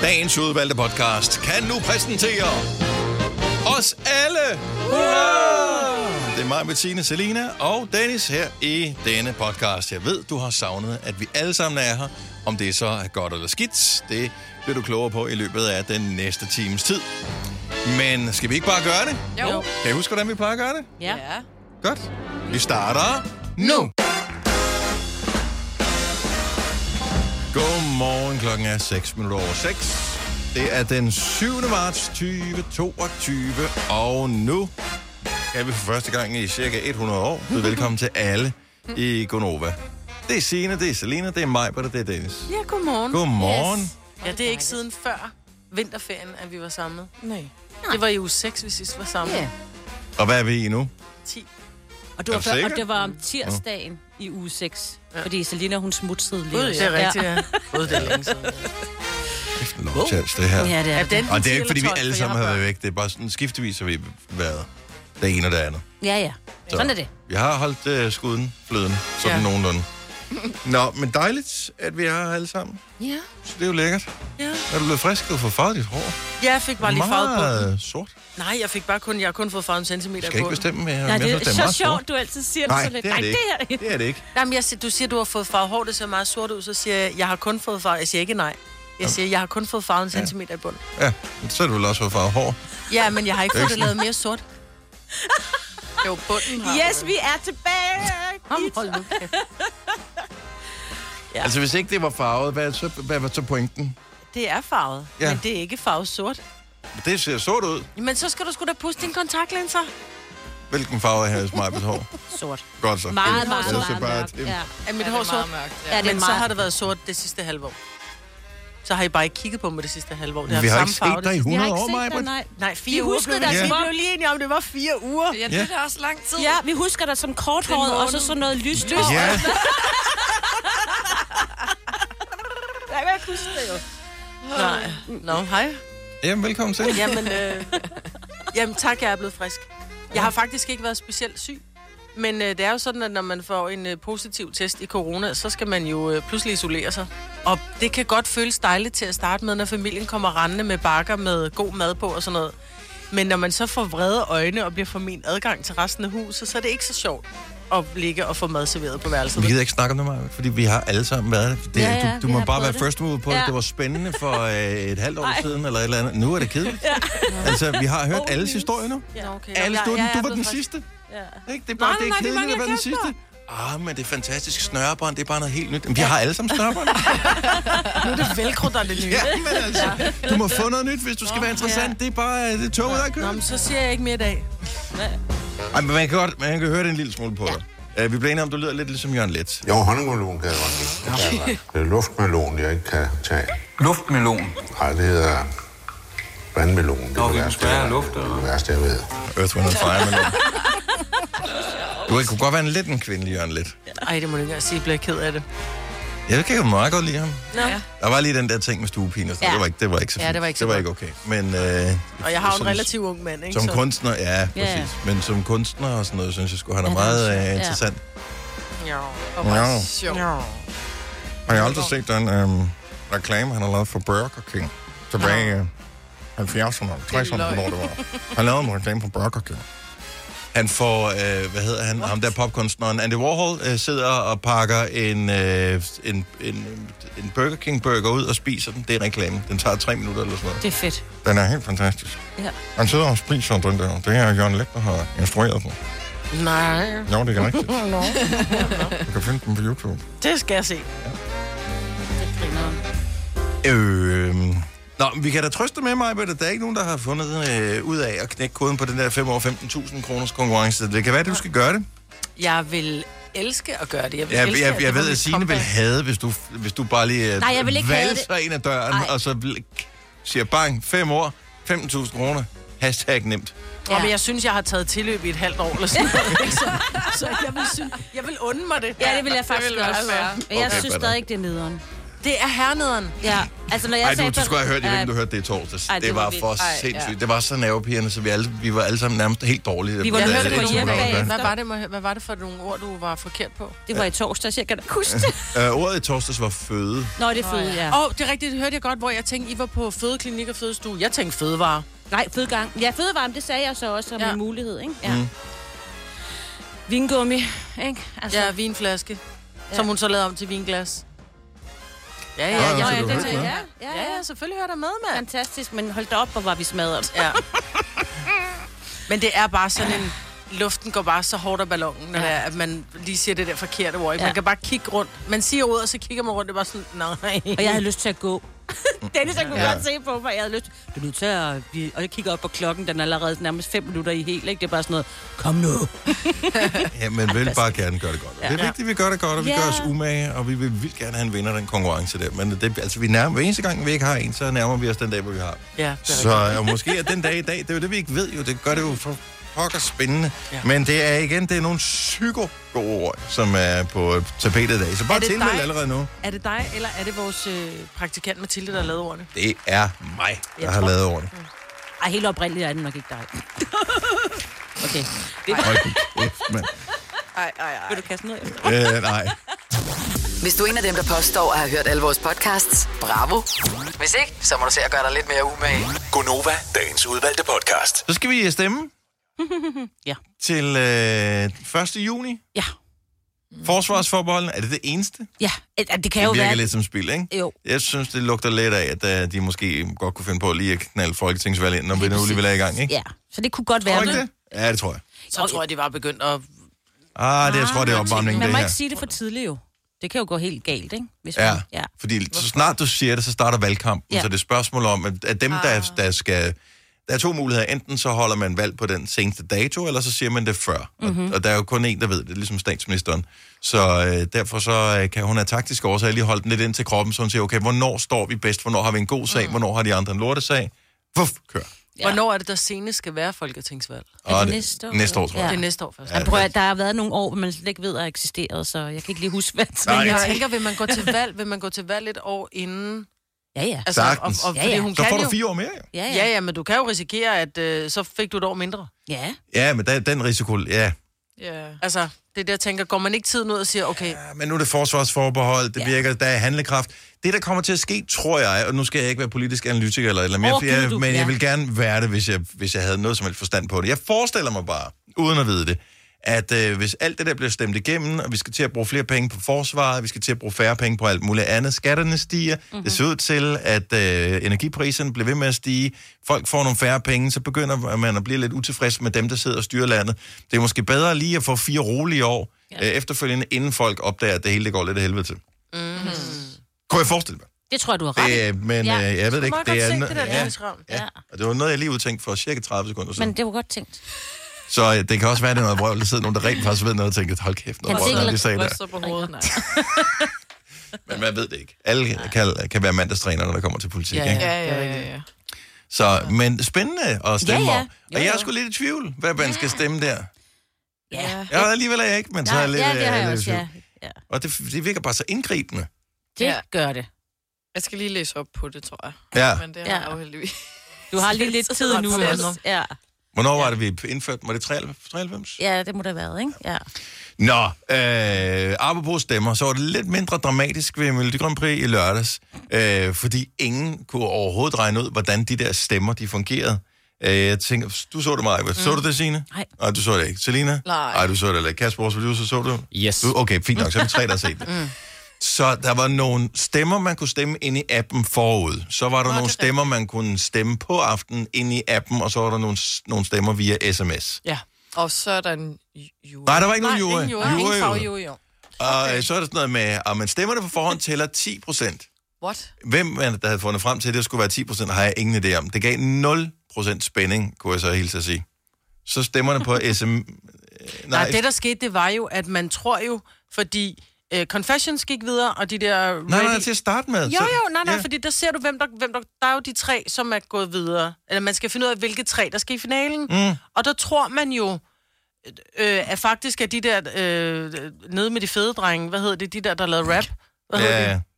Dagens udvalgte podcast kan nu præsentere os alle. Hurra! Det er mig, Bettine, Selina og Dennis her i denne podcast. Jeg ved, du har savnet, at vi alle sammen er her. Om det så er godt eller skidt, det bliver du klogere på i løbet af den næste times tid. Men skal vi ikke bare gøre det? Jo. Kan I huske, hvordan vi plejer at gøre det? Ja. Godt. Vi starter nu. Godmorgen, klokken er 6:06. Det er den 7. marts 2022, og nu er vi for første gang i cirka 100 år. Så velkommen til alle i Gonova. Det er Signe, det er Selina, det er mig, og det er Dennis. Ja, godmorgen. Godmorgen. Yes. Ja, det er ikke siden før vinterferien, at vi var samlet. Nej. Det var i uge 6, vi sidst var samlet. Ja. Og hvad er vi i nu? 10. Og, Er du sikker? og det var om tirsdagen i uge 6, fordi Selina, hun smutsede lige. Det er rigtigt, ja. Både det er længe siden. Det her. Ja, det er det. Og det er ikke, fordi vi alle sammen har været væk. Det er bare sådan skiftevis, har vi været det ene og det andet. Ja. Sådan er det. Vi har holdt skuden fløden, sådan nogenlunde. Nå, men dejligt, at vi er her alle sammen. Ja. Så det er jo lækkert. Ja. Er du blevet frisk? Du har fået farvet dit hår. Ja, jeg fik bare lige farvet på. Meget sort. Nej, jeg har kun fået farvet en centimeter Du skal ikke på. bestemme mere. Nej, det er så meget sjovt, du altid siger det så lidt. Nej, det er det her. Det er det ikke. Jamen, du siger, du har fået farvet hår, det ser meget sort ud. Så siger jeg har kun fået farvet. Jeg siger ikke nej. Jeg siger, jeg har kun fået farvet en centimeter i bunden. Ja, så er du vel også fået farvet hår. Ja, men jeg har ikke fået det lavet mere sort. Jo, bunden har Yes, vi er tilbage. Hold nu kæft. Ja. Altså, hvis ikke det var farvet, hvad var så pointen? Det er farvet, men det er ikke farvet sort. Det ser sort ud. Men så skal du sgu da puste dine kontaktlinser. Hvilken farve er her i Smajbes hår? Sort. Godt så. Meget mørkt. Ja. Er mit hår sort? Ja, Men så har det været sort det sidste halve år. Så har I bare ikke kigget på mig det sidste halve år. Det Vi har ikke samme farve, set dig i 100 år, Maja. Nej, 4 Vi uger. huskede Blev dig, vi som om- blev lige enige om, det var 4 uger. Ja, det er da også lang tid. Ja, vi husker dig som korthåret, og så sådan noget lyst. Ja. Jeg kan ikke huske det jo. Nej. Nå, hej. Jamen, velkommen til. Jamen, tak, jeg er blevet frisk. Jeg har faktisk ikke været specielt syg. Men det er jo sådan, at når man får en positiv test i corona, så skal man jo pludselig isolere sig. Og det kan godt føles dejligt til at starte med, når familien kommer rendende med bakker med god mad på og sådan noget. Men når man så får vrede øjne og bliver forment adgang til resten af huset, så er det ikke så sjovt at ligge og få mad serveret på værelset. Vi gider ikke snakke om det, Maja, fordi vi har alle sammen været det. Du må bare være first move på det. Det var spændende for et halvt år siden, eller et eller andet. Nu er det kedeligt. Altså, vi har hørt alles historie nu. Ja, okay. Alle stod, du var den frisk. sidste. Ja. Ikke? Det er bare Nej, det er kedeligt at være den kasper. sidste. Men det er fantastisk. Snørebånd, det er bare noget helt nyt. Men vi har alle sammen snørebånd. Nu er det velcro, der er det nye. Ja, men altså, du må få noget nyt, hvis du skal være interessant. Det er bare det toget, der kører. Nå, men så siger jeg ikke mere i dag. Ej, men man kan høre det en lille smule på dig. Vi blev enige om, du lyder lidt ligesom Jørgen Let. Jo, honningsmelon kan jeg godt lide. Det er luftmelon, jeg ikke kan tage. Luftmelon. Nej, det hedder vandmelon. Det er vi det kan værste, spære luft, eller? det værste, jeg ved. Earth, Wind & Fire melon. Du kunne godt være en lidt en kvindelig Jørgen Let. Ej, det må du ikke engang sige, jeg bliver ked af det. Jeg kan jo meget godt lide ham. Nå. Ja. Der var lige den der ting med stuepine og sådan. Det var ikke så fint. Ja, det var ikke så det var godt. ikke okay. Men, Og jeg har jo en relativt ung mand, ikke? som Så- kunstner, ja, præcis. Ja. Men som kunstner og sådan noget, synes jeg sgu, han er meget interessant. Ja. Og Ja. bare sjov. Ja. Har jeg aldrig set den reklame, han har lavet for Burger King tilbage i 70'erne, 60'erne, hvornår det var. Han lavede en reklame for Burger King. Han får, hvad hedder han, ham der popkunstneren, Andy Warhol, sidder og pakker en Burger King burger ud og spiser den. Det er reklamen. Den tager 3 minutter eller sådan noget. Det er fedt. Den er helt fantastisk. Ja. Han sidder og spiser den der. Det er Jørgen Let, der har instrueret den. Nej. Jo, det er rigtigt. Du kan finde den på YouTube. Det skal jeg se. Nå, vi kan da trøste med mig, at der er ikke nogen, der har fundet ud af at knække koden på den der 5 år 15.000 kroners konkurrence. Det kan være, at du skal gøre det. Jeg vil elske at gøre det. Jeg, vil Jeg elske, ved, at Signe vil have, hvis du bare lige Nej, jeg vil ikke have valser ind ad døren, Nej. og så siger bang, 5 år, 15.000 kroner, hashtag nemt. Ja. Men jeg synes, jeg har taget tilløb i et halvt år eller sådan noget. så jeg vil unde mig det. Ja, det vil jeg faktisk ville være også. fair. Men jeg Okay, synes fair stadig ikke, det er nederen. Det er hernederen. Ja, altså når jeg Ej, sagde... du skulle have hørt, jeg ved ikke, du hørte det i torsdags. Ej, det var vildt. for sindssygt. Det var så nervepirrende, så vi var alle sammen nærmest helt dårlige. Vi var Jeg nødt hørte til at det gå hjem bagefter. Hvad var det for nogle ord, du var forkert på? Det var i torsdags, jeg kan da huske det. Ordet i torsdags var føde. Nå, det er føde, ja. Det er rigtigt, det hørte jeg godt, hvor jeg tænkte, I var på fødeklinik og fødestue. Jeg tænkte fødevare. Nej, fødegang. Ja, fødevarme, det sagde jeg så også som en mulighed, ikke? Ja. Vingummi, ikke? Altså. Ja, vinflaske, som hun så lavede om til vinglas. Ja, selvfølgelig hører der med, mand. Fantastisk, men hold da op, hvor var vi smadret. Ja. Men det er bare sådan en... Luften går bare så hårdt af ballonen, når det er, at man lige siger det der forkerte ord. Man kan bare kigge rundt. Man siger ordet, og så kigger man rundt, det er bare sådan, nej. Og jeg havde lyst til at gå. Dennis, jeg kunne godt se på mig, jeg havde lyst. Du er nødt til at... Og jeg kigger op på klokken, den er allerede nærmest 5 minutter i helt, ikke? Det er bare sådan noget, kom nu. Ja, men vil bare gerne gøre det godt. Ja. Det er vigtigt, at vi gør det godt, og vi gør os umage, og vi vil vildt gerne have en vinder den konkurrence der. Men det, altså, hver eneste gang, vi ikke har en, så nærmer vi os den dag, hvor vi har. Ja, så måske er den dag i dag, det er jo det, vi ikke ved jo. Det gør det jo for pokker spændende. Ja. Men det er nogle psyko gode ord, som er på tapetet i dag. Så bare tilmeld allerede nu. Er det dig, eller er det vores praktikant Mathilde, der har lavet ordene? Det er mig, der har lavet ordene. Ej, helt oprindeligt er det nok ikke dig. Okay. Vil du kaste noget efter? Nej. Hvis du er en af dem, der påstår at have hørt alle vores podcasts, bravo. Hvis ikke, så må du se at gøre dig lidt mere umage. Gonova, dagens udvalgte podcast. Så skal vi stemme. Ja. Til 1. juni. Ja. Forsvarsforbeholden, er det det eneste? Ja, det kan jo være... Det virker være... lidt som spil, ikke? Jo. Jeg synes, det lugter lidt af, at de måske godt kunne finde på lige at knalde folketingsvalg ind, når vi nu lige vil have i gang, ikke? Ja, så det kunne godt være... Tror du ikke det? Ja, det tror jeg. Så tror jeg, de var begyndt at... Jeg tror, det er opvarmning, det her. Man må ikke sige det for tidligt, jo. Det kan jo gå helt galt, ikke? Hvis ja, man, fordi så snart du siger det, så starter valgkampen. Ja. Så det er et spørgsmål om, at dem, der skal... Der er 2 muligheder. Enten så holder man valg på den seneste dato, eller så siger man det før. Mm-hmm. Og der er jo kun en, der ved det, ligesom statsministeren. Så derfor så kan hun af taktiske årsager lige holde den lidt ind til kroppen, så hun siger, okay, hvornår står vi bedst? Hvornår har vi en god sag? Hvornår har de andre en lortesag? Kør. Ja. Hvornår er det, der senest skal være folketingsvalg? Er det næste år? Næste år, tror jeg. Det er næste år først. Ja, prøv, der har været nogle år, hvor man slet ikke ved, at eksisteret, så jeg kan ikke lige huske, hvad det er. Men jeg tænker, vil man gå til valg et år inden... Ja. Altså, sagtens. Hun så får du du 4 år mere, jo. Ja, men du kan jo risikere, at så fik du et år mindre. Ja, men den risiko, ja. Altså, det er det, jeg tænker. Går man ikke tiden ud og siger, okay... Ja, men nu er det forsvarsforbehold, det virker, der er handlekraft. Det, der kommer til at ske, tror jeg, og nu skal jeg ikke være politisk analytiker eller mere, men jeg vil gerne være det, hvis jeg havde noget som helst forstand på det. Jeg forestiller mig bare, uden at vide det, at hvis alt det der bliver stemt igennem, og vi skal til at bruge flere penge på forsvaret, vi skal til at bruge færre penge på alt muligt andet, skatterne stiger, det ser ud til, at energipriserne bliver ved med at stige, folk får nogle færre penge, så begynder man at blive lidt utilfreds med dem, der sidder og styrer landet. Det er måske bedre lige at få 4 rolige år efterfølgende, inden folk opdager, at det hele det går lidt af helvede til. Mm-hmm. Kunne jeg forestille mig? Det tror jeg, du har ret. Men jeg ved det ikke. Det er og det var noget, jeg lige udtænkt for cirka 30 sekunder siden. Men det var godt tænkt. Så det kan også være, at det er noget vrøvl, der sidder nogen, der rent faktisk ved noget og tænker, hold kæft, noget vrøvl, de sagde der. På hovedet, Men man ved det ikke. Alle kan være mandagstræner, når der kommer til politik, ikke? Ja. Så, men spændende at stemme om. Jo. Og jeg er sgu lidt i tvivl, hvad man skal stemme der. Ja. Ja, alligevel er jeg ikke, men så er jeg lidt... Ja, det har jeg også, ja. Og det virker bare så indgribende. Det gør det. Jeg skal lige læse op på det, tror jeg. Ja. Men det har jeg jo heldigvis. Du har lige lidt tid nu. Ja. Hvornår var det, vi indførte? Var det 93? Ja, det må det have været, ikke? Ja. Nå, apropos stemmer, så var det lidt mindre dramatisk ved Melodi Grand Prix i lørdags, fordi ingen kunne overhovedet regne ud, hvordan de der stemmer, de fungerede. Jeg tænker, du så det, Maja. Så du det, Signe? Nej, du så det ikke. Selina? Nej, du så det ikke. Kasper, vores producer, så du? Yes. Okay, fint nok, så er vi 3, der har set det. Så der var nogle stemmer, man kunne stemme ind i appen forud. Så var der nogle stemmer, man kunne stemme på aftenen ind i appen, og så var der nogle stemmer via sms. Ja, og så er der en jury. Nej, der var ikke nogen jury. Ingen fagjury. Og så er der sådan noget med, at man stemmer det på forhånd tæller 10%. What? Hvem der havde fundet frem til, at det skulle være 10%, har jeg ingen idé om. Det gav 0% spænding, kunne jeg så hilse at sige. Så stemmerne på SM... Nej, det der skete, det var jo, at man tror jo, fordi... Confessions gik videre, og de der... Nej, til at starte med. Nej, fordi der ser du, hvem der... Der er jo de 3, som er gået videre. Eller man skal finde ud af, hvilke 3, der skal i finalen. Og der tror man jo, at faktisk er de der... nede med de fede drenge, hvad hedder det? De der lavede rap? Hvad hedder det?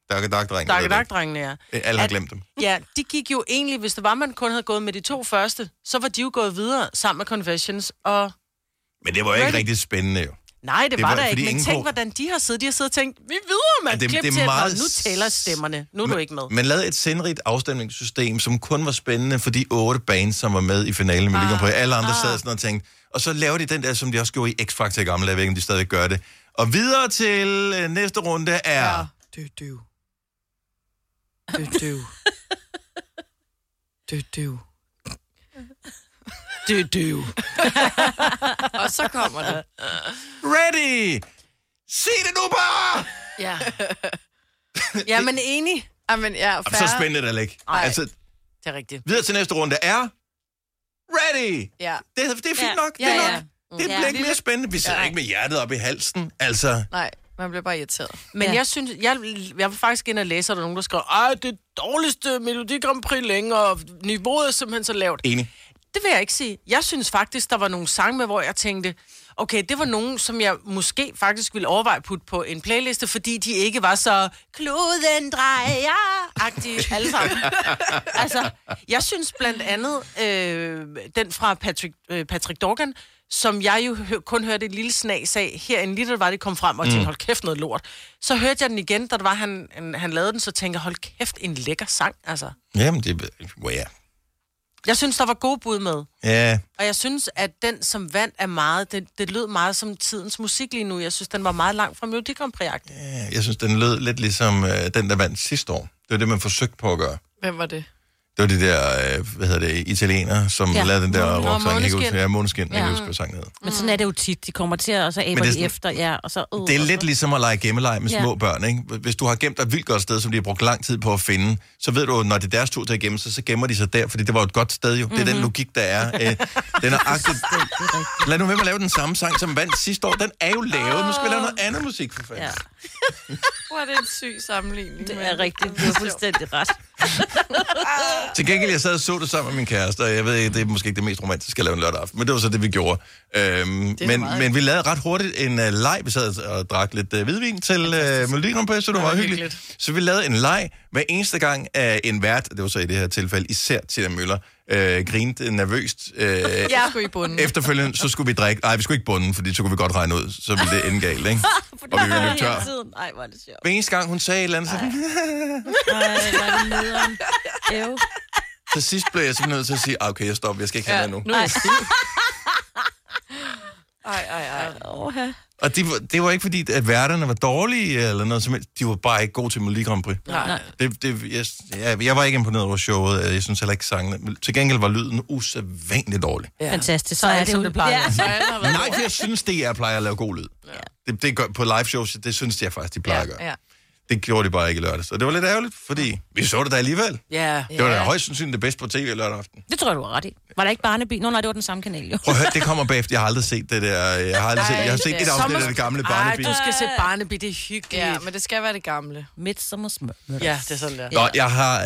Dakkedrengene, ja. Alle har glemt dem. Ja, de gik jo egentlig, hvis det var, man kun havde gået med de 2 første, så var de jo gået videre sammen med Confessions og... Men det var jo ikke rigtig spændende, jo. Nej, det var der ikke, men ingen tænk, hvordan de har siddet. De har siddet og tænkt, vi er videre, mand. Ja, Klip til, meget... nu tæller stemmerne. Nu er du ikke med. Man lavede et sindrigt afstemningssystem, som kun var spændende for de 8 bands, som var med i finalen med Liga. Alle andre sad sådan og tænkte, og så lavede de den der, som de også gjorde i X-Factor i gamle dage, jeg ved ikke, om de stadig gør det. Og videre til næste runde er... Og så kommer det. Ready! Sig det nu bare! Ja. Ja, men enig. Jamen, ja, Så spændende det ikke. Nej. Altså, Det er rigtigt. videre til næste runde er... Ready! Ja. Det er fint nok. Det er nok. Det bliver ikke mere spændende. Vi sidder ikke med hjertet op i halsen. Altså... Nej, man bliver bare irriteret. Men jeg synes, jeg var faktisk inde og læse, at der er nogen, der skrev, det er dårligste Melodi Grand Prix længere, og niveauet er simpelthen så lavt. Enig. Det vil jeg ikke sige. Jeg synes faktisk, der var nogle sange med, hvor jeg tænkte, okay, det var nogen, som jeg måske faktisk ville overveje putte på en playliste, fordi de ikke var så kloden drejer-agtige alle sammen. Altså, jeg synes blandt andet, den fra Patrick Dorgan, som jeg jo kun hørte et lille snas af, herinde lige da det var, det kom frem, og tænkte, hold kæft, noget lort. Så hørte jeg den igen, da det var, han lavede den, så tænkte jeg, hold kæft, en lækker sang, altså. Jamen, det... Ja. Jeg synes, der var gode bud med. Ja. Og jeg synes, at den, som vandt, er meget... Det lød meget som tidens musik lige nu. Jeg synes, den var meget langt fra Melodi Grand Prix-agtig. Ja, jeg synes, den lød lidt ligesom den, der vandt sidste år. Det var det, man forsøgte på at gøre. Hvem var det? Det var de der, italienere, som lavede den der rocksang. Måneskin. Jeg kan huske, hvad sangen hed. Men sådan er det jo tit. De kommer til at så aber de efter, ja, og så... Det er lidt ligesom at lege gemmeleg med små børn, ikke? Hvis du har gemt dig et vildt godt sted, som de har brugt lang tid på at finde, så ved du, når det er deres tur til at gemme sig, så gemmer de sig der, fordi det var et godt sted jo. Det er den logik, der er. Den er agtigt. Lad nu være med at lave den samme sang, som vandt sidste år. Den er jo lavet. Nu skal vi lave noget andet musik, for fanden. Ja. Hvor er det en syg sammenligning. Det er rigtigt. Du er fuldstændig ret. Til gengæld, jeg sad og så det sammen med min kæreste, og jeg ved ikke, det er måske ikke det mest romantiske at lave en lørdag aften, men det var så det, vi gjorde. Men vi lavede ret hurtigt en leg. Vi sad og drak lidt hvidvin til Melodi Grand Prix, så det var meget hyggeligt. Så vi lavede en leg hver eneste gang af en vært, det var så i det her tilfælde især Tina Møller, grinte nervøst. Skulle I bunden? Efterfølgende, så skulle vi drikke. Nej, vi skulle ikke bunden, fordi så kunne vi godt regne ud. Så ville det ende galt, ikke? Og vi ville løbe tør. Nej, hvor er det sjovt. Hver eneste gang, hun sagde et eller andet, så... Nej, hvor er det nederen. Æv. Til sidst blev jeg simpelthen nødt til at sige, okay, jeg stopper, jeg skal ikke have det nu. Nu er jeg stiv. Ej. Og det var ikke fordi, at værterne var dårlige eller noget som helst. De var bare ikke gode til Melodi Grand Prix. Nej. Jeg var ikke imponeret over showet. Jeg synes heller ikke sangene. Til gengæld var lyden usædvanligt dårlig. Ja. Fantastisk. Så er det, som det plejer. Ja. Nej, for jeg synes, DR plejer at lave god lyd. Ja. Det gør, på live shows, det synes jeg faktisk, de plejer at gøre. Ja. Det gjorde de bare ikke i lørdags. Og det var lidt ærgerligt, fordi vi så det da alligevel. Ja. Det var da højst sandsynligt det bedste på tv lørdag aften. Det tror jeg, du var ret i. Var der ikke Barnaby? Nej, det var den samme kanal, jo. Prøv at høre, det kommer bagefter. Jeg har aldrig set det der. Jeg har set et afsnit af det gamle Barnaby. Du skal se Barnaby, det er hyggeligt. Ja, men det skal være det gamle. Midsommer smør. Ja, det er sådan der. Nå, jeg har...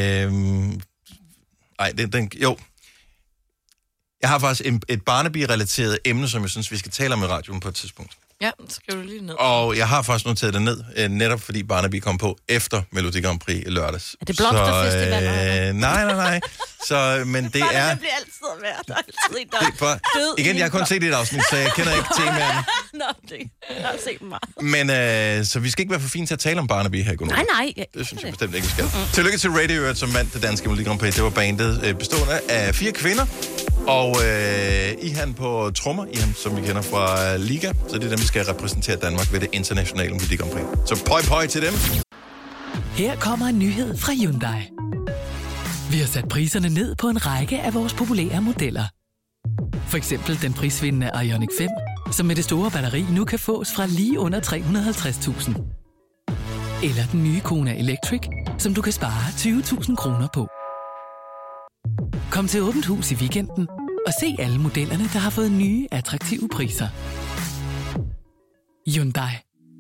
Jo. Jeg har faktisk et Barnaby-relateret emne, som jeg synes, vi skal tale om i radioen på et tidspunkt. Ja, skriv det lige ned. Og jeg har faktisk noteret det ned, netop fordi Barnaby kom på efter Melodi Grand Prix i lørdags. Er det Blomsterfestival? Nej. Så, men det er... Det bliver altid værd. Der er altid en, der Det er bare, død. igen, jeg har kun set et afsnit, så jeg kender ikke temaerne. Nå, det har jeg set meget. Men så vi skal ikke være for fine til at tale om Barnaby her i Gunova. Nej. Det synes jeg bestemt ikke, vi skal. Tillykke til Radiohead, som vandt det danske Melodi Grand Prix. Det var bandet bestående af 4 kvinder. Og Ihan på trommer, Ihan, som vi kender fra Liga. Så det er dem, der skal repræsentere Danmark ved det internationale Melodi Grand Prix. Så pøj til dem. Her kommer en nyhed fra Hyundai. Vi har sat priserne ned på en række af vores populære modeller. For eksempel den prisvindende Ioniq 5, som med det store batteri nu kan fås fra lige under 350.000. Eller den nye Kona Electric, som du kan spare 20.000 kroner på. Kom til Åbent Hus i weekenden og se alle modellerne, der har fået nye, attraktive priser. Hyundai.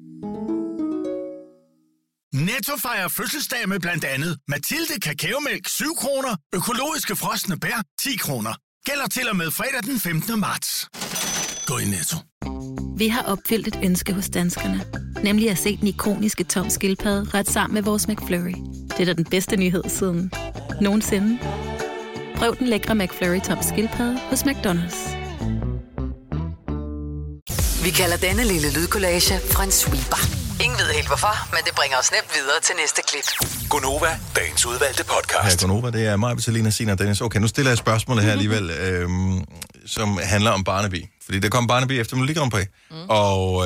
Netto fejrer fødselsdag med blandt andet Mathilde Kakaomælk 7 kroner, økologiske frosne bær 10 kroner. Gælder til og med fredag den 15. marts. Gå i Netto. Vi har opfyldt et ønske hos danskerne. Nemlig at se den ikoniske Tom Skildpadde ret sammen med vores McFlurry. Det er da den bedste nyhed siden nogensinde. Prøv den lækre McFlurry Tom Skildpadde hos McDonald's. Vi kalder denne lille lydkollage en sweeper. Ingen ved helt hvorfor, men det bringer os nemt videre til næste klip. Gonova, dagens udvalgte podcast. Ja, Gonova, det er mig, Bettelina, Sina og Dennis. Okay, nu stiller jeg spørgsmålet her alligevel, som handler om Barnaby. Fordi der kom Barnaby efter Melodi Grand Prix. Og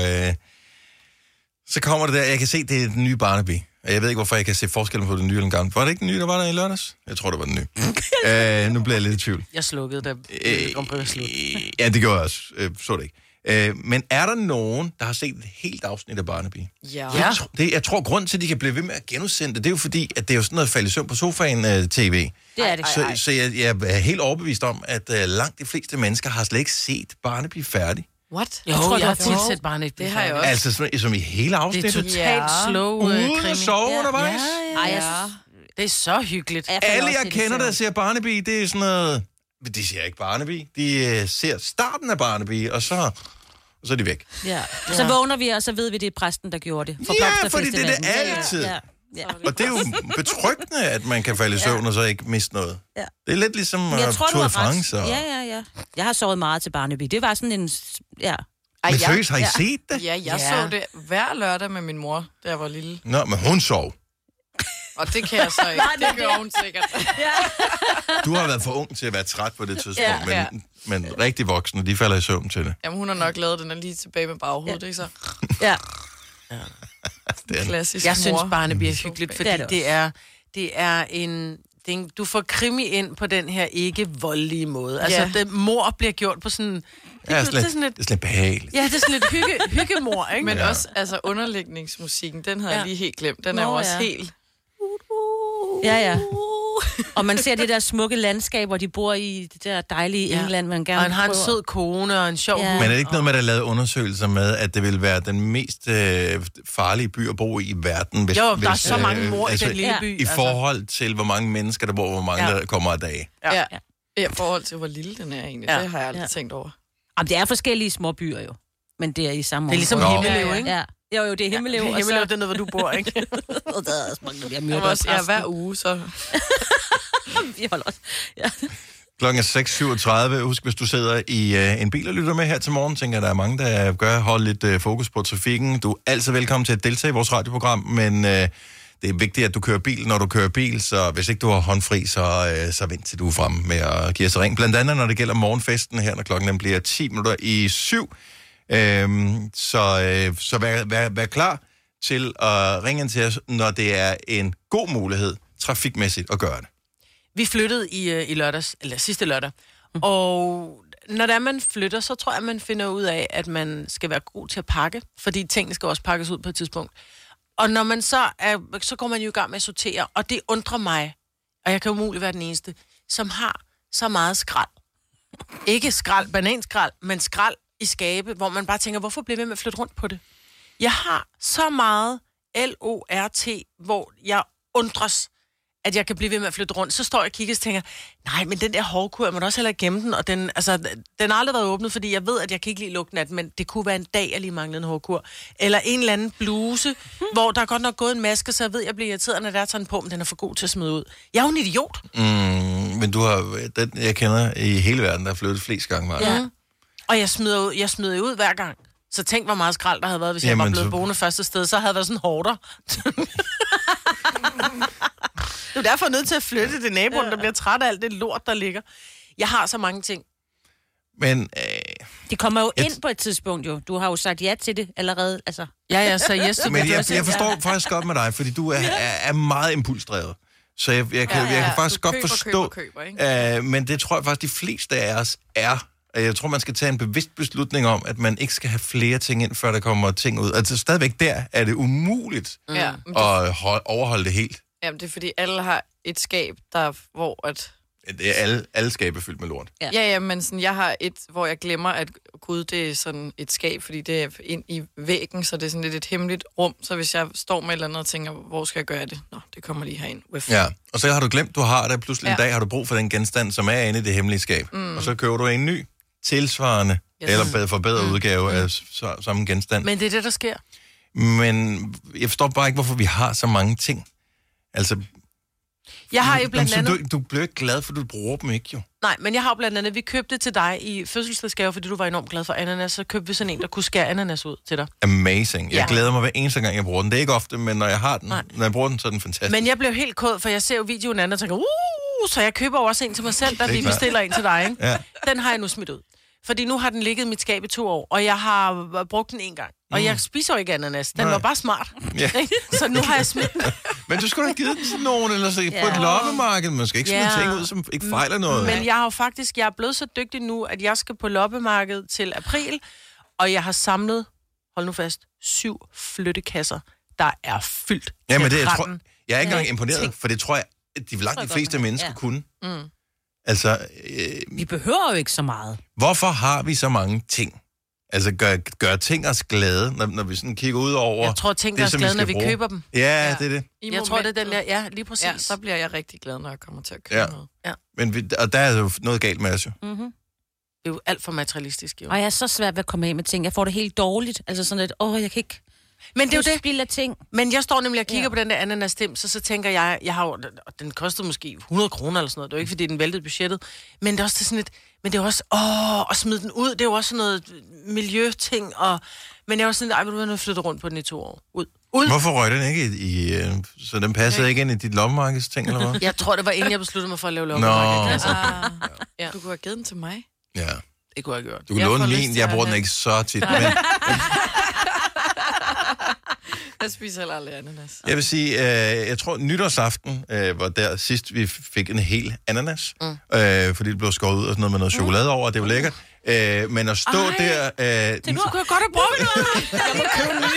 så kommer det der, jeg kan se, det er den nye Barnaby. Og jeg ved ikke, hvorfor jeg kan se forskellen på den nye eller den gamle. Var det ikke den nye, der var der i lørdags? Jeg tror, det var den nye. Nu bliver jeg lidt i tvivl. Jeg slukkede, da Grand Prix var slut. Ja, det gjorde jeg også. Så det ikke. Men er der nogen, der har set et helt afsnit af Barnaby? Ja. Jeg tror, grund til, at de kan blive ved med at genudsende det er jo fordi, at det er jo sådan noget falde i søvn på sofaen tv. Det er det. Så jeg er helt overbevist om, at langt de fleste mennesker har slet ikke set Barnaby færdig. What? Jeg tror, du har tit set Barnaby. Det har jeg også. Altså som i hele afsnittet? Det er totalt slow Uden krimi. at sove undervejs? Det er så hyggeligt. Alle, jeg kender, der ser Barnaby, det er sådan noget... De ser ikke Barnaby. De ser starten af Barnaby, og så er de væk. Ja. Så vågner vi, og så ved vi, det er præsten, der gjorde det. Ja, fordi det er det altid. Ja. Og det er jo betryggende, at man kan falde i søvn, og så ikke miste noget. Ja. Det er lidt ligesom Tour de France. Ja. Jeg har sovet meget til Barnaby. Det var sådan en... Ja. Men seriøst, har I set det? Ja, jeg så det hver lørdag med min mor, da jeg var lille. Nå, men hun sov. Og det kan jeg så ikke. Det gør hun sikkert. Du har været for ung til at være træt på det tidspunkt, men rigtig voksne, de falder i søvn til det. Jamen, hun har nok lavet den er lige tilbage med baghovedet, ikke så? Ja. Klassisk Jeg synes, mor. Barnaby er hyggeligt, fordi det er en... Du får krimi ind på den her ikke voldelige måde. Altså, mor bliver gjort på sådan... Det er sådan lidt behageligt. Ja, det er sådan lidt hyggemor, ikke? Men også, altså, underlægningsmusikken, den havde jeg lige helt glemt. Den er jo også helt... Ja. Og man ser det der smukke landskab, hvor de bor i det der dejlige England, man gerne og han har en sød kone og en sjov hund. Men er det ikke noget med, at der er lavet undersøgelser med, at det vil være den mest farlige by at bo i verden? Hvis, der er så mange mor i den lille by. I forhold til, hvor mange mennesker der bor, hvor mange der kommer af dage. Ja. I forhold til, hvor lille den er egentlig. Det har jeg aldrig tænkt over. Jamen, det er forskellige små byer jo. Men det er i samme område. Det er ligesom Himmelev, ikke? Ja. Jo, det er Himmelev. Ja, Himmelev, det er noget, hvor du bor, ikke? Der er også mange, der myrder også. Ja, hver uge, så... Vi holder os. Ja. Klokken er 6:37. Husk, hvis du sidder i en bil og lytter med her til morgen, tænker jeg, der er mange, der gør holde lidt fokus på trafikken. Du er altid velkommen til at deltage i vores radioprogram, men det er vigtigt, at du kører bil, når du kører bil, så hvis ikke du har håndfri, så vent til du er fremme med at give os ring. Blandt andet, når det gælder morgenfesten her, når klokken bliver 7:10. Så vær klar til at ringe ind til os, når det er en god mulighed trafikmæssigt at gøre det. Vi flyttede i lørdags, eller sidste lørdag, og når der man flytter, så tror jeg, man finder ud af, at man skal være god til at pakke, fordi tingene skal også pakkes ud på et tidspunkt. Og når man så går man jo i gang med at sortere, og det undrer mig, og jeg kan umuligt være den eneste, som har så meget skrald. Ikke skrald, bananskrald, men skrald i skabe, hvor man bare tænker, hvorfor bliver vi med at flytte rundt på det? Jeg har så meget LORT, hvor jeg undres, at jeg kan blive ved med at flytte rundt. Så står jeg og kigger og tænker, nej, men den der hårkur, jeg må da også hellere gemme den, og den har aldrig været åbnet, fordi jeg ved, at jeg kan ikke lide lugten af den, men det kunne være en dag, jeg lige manglede en hårkur. Eller en eller anden bluse, hvor der er godt nok gået en maske, så jeg ved, at jeg bliver irriteret, når der er sådan på, men den er for god til at smide ud. Jeg er jo en idiot. Men du har den, jeg kender i hele verden, der har flyttet flest gange meget. Ja. Og jeg smider ud hver gang. Så tænk, hvor meget skrald der havde været, hvis jeg var blevet boende første sted, så havde jeg været sådan hårder. Du er derfor nødt til at flytte det naboen, der bliver træt af alt det lort, der ligger. Jeg har så mange ting. Men... Det kommer jo ind på et tidspunkt, jo. Du har jo sagt ja til det allerede. Altså. Ja, så yes. Men jeg forstår faktisk godt med dig, fordi du er meget impulsdrevet. Så jeg kan faktisk godt forstå... men det tror jeg faktisk, de fleste af os er. Jeg tror, man skal tage en bevidst beslutning om, at man ikke skal have flere ting ind, før der kommer ting ud. Altså stadigvæk der er det umuligt at overholde det helt. Jamen, det er fordi, alle har et skab, hvor at... Det er alle skabe fyldt med lort. Ja, men sådan, jeg har et, hvor jeg glemmer, at gud, det er sådan et skab, fordi det er ind i væggen, så det er sådan lidt et hemmeligt rum. Så hvis jeg står med et eller andet og tænker, hvor skal jeg gøre det? Nå, det kommer lige herind. Ja, og så har du glemt, du har det. Pludselig en dag har du brug for den genstand, som er inde i det hemmelige skab. Og så køber du en ny. tilsvarende eller forbedret udgave af samme genstand. Men det er det, der sker. Men jeg forstår bare ikke, hvorfor vi har så mange ting. Altså, jeg har jo blandt andet... Du bliver ikke glad, for du bruger dem ikke, jo. Nej, men jeg har jo blandt andet... Vi købte til dig i fødselsdagsgave, fordi du var enormt glad for ananas, så købte vi sådan en, der kunne skære ananas ud til dig. Amazing. Jeg glæder mig hver eneste gang, jeg bruger den. Det er ikke ofte, men når jeg har den, når jeg bruger den, så er den fantastisk. Men jeg blev helt kod, for jeg ser jo videoen anden og tænker, så jeg køber også en til mig selv, der lige bestiller en til dig, ikke? Ja. Den har jeg nu smidt ud. Fordi nu har den ligget i mit skab i 2 år, og jeg har brugt den 1 gang. Og jeg spiser jo ikke ananas. Den var bare smart. Ja. Så nu har jeg smidt den. Men du skulle da have givet den til nogen, eller så på et loppemarked. Man skal ikke smide ting ud, som ikke fejler noget. Men jeg er blevet så dygtig nu, at jeg skal på loppemarked til april, og jeg har samlet, hold nu fast, 7 flyttekasser, der er fyldt. Ja, men det, jeg er ikke engang imponeret, for det tror jeg, at de fleste mennesker kunne. Mm. Altså, vi behøver jo ikke så meget. Hvorfor har vi så mange ting? Altså, gør ting os glade, når vi sådan kigger ud over... Jeg tror, ting gør os glade, når vi køber dem. Ja, det er det. Jeg tror, det er den der... Ja, lige præcis. Ja, så bliver jeg rigtig glad, når jeg kommer til at købe noget. Ja. Men og der er jo noget galt med os jo. Mm-hmm. Det er jo alt for materialistisk, jo. Og jeg er så svært ved at komme af med ting. Jeg får det helt dårligt. Altså sådan lidt, jeg kan ikke... Men det er jo det. Spilder ting. Men jeg står nemlig og kigger på den der ananas-stim, så tænker jeg har jo, den kostede måske 100 kroner eller sådan noget. Det er jo ikke, fordi den væltede budgettet. Men det er også sådan lidt, men det er også, at smide den ud, det er jo også sådan noget miljøting. Men jeg er også sådan, vil du have noget flyttet rundt på den i 2 år? Ud. Hvorfor røg den ikke så den passede ikke ind i dit lommemarkedsting, eller hvad? Jeg tror, det var inden jeg besluttede mig for at lave lommemarked. Ja. Du kunne have givet den til mig. Ja. Det kunne jeg gøre. Du kan låne min, jeg bruger den ikke så tit, men... Jeg spiser heller aldrig ananas. Jeg vil sige, jeg tror nytårsaften var der sidst, vi fik en hel ananas. Fordi det blev skåret ud og sådan noget med noget chokolade over, og det var lækkert. Men at stå der... det nu kunne jeg godt have brugt noget. Jeg må købe en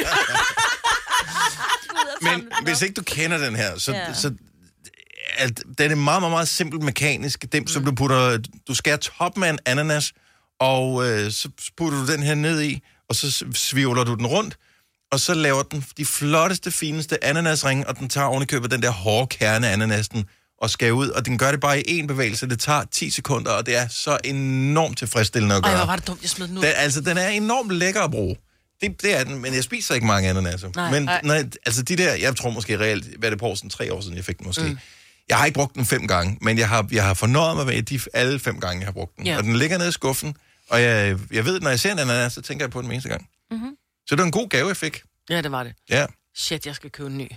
ny. Men hvis ikke du kender den her, så den er meget, meget, meget simpelt mekanisk. Den, som du skærer toppen af en ananas, og så putter du den her ned i, og så svivler du den rundt, og så laver den de flotteste, fineste ananasringe, og den tager ovenikøbet den der hårde kerne af ananasen og skærer ud, og den gør det bare i én bevægelse. Det tager 10 sekunder, og det er så enormt tilfredsstillende at gøre. Hvor var det dumt, jeg smed den ud. Den er enormt lækker at bruge. Det er den, men jeg spiser ikke mange ananaser. Men de der, jeg tror måske reelt, hvad er det på 3 år siden, jeg fik den måske. Jeg har ikke brugt den 5 gange, men jeg har fornøjet mig ved alle 5 gange, jeg har brugt den. Yeah. Og den ligger nede i skuffen, og jeg ved, når jeg ser en ananas, så tænker jeg på den eneste gang. Mm-hmm. Så det var en god gave, jeg fik. Ja, det var det. Ja. Shit, jeg skal købe en ny.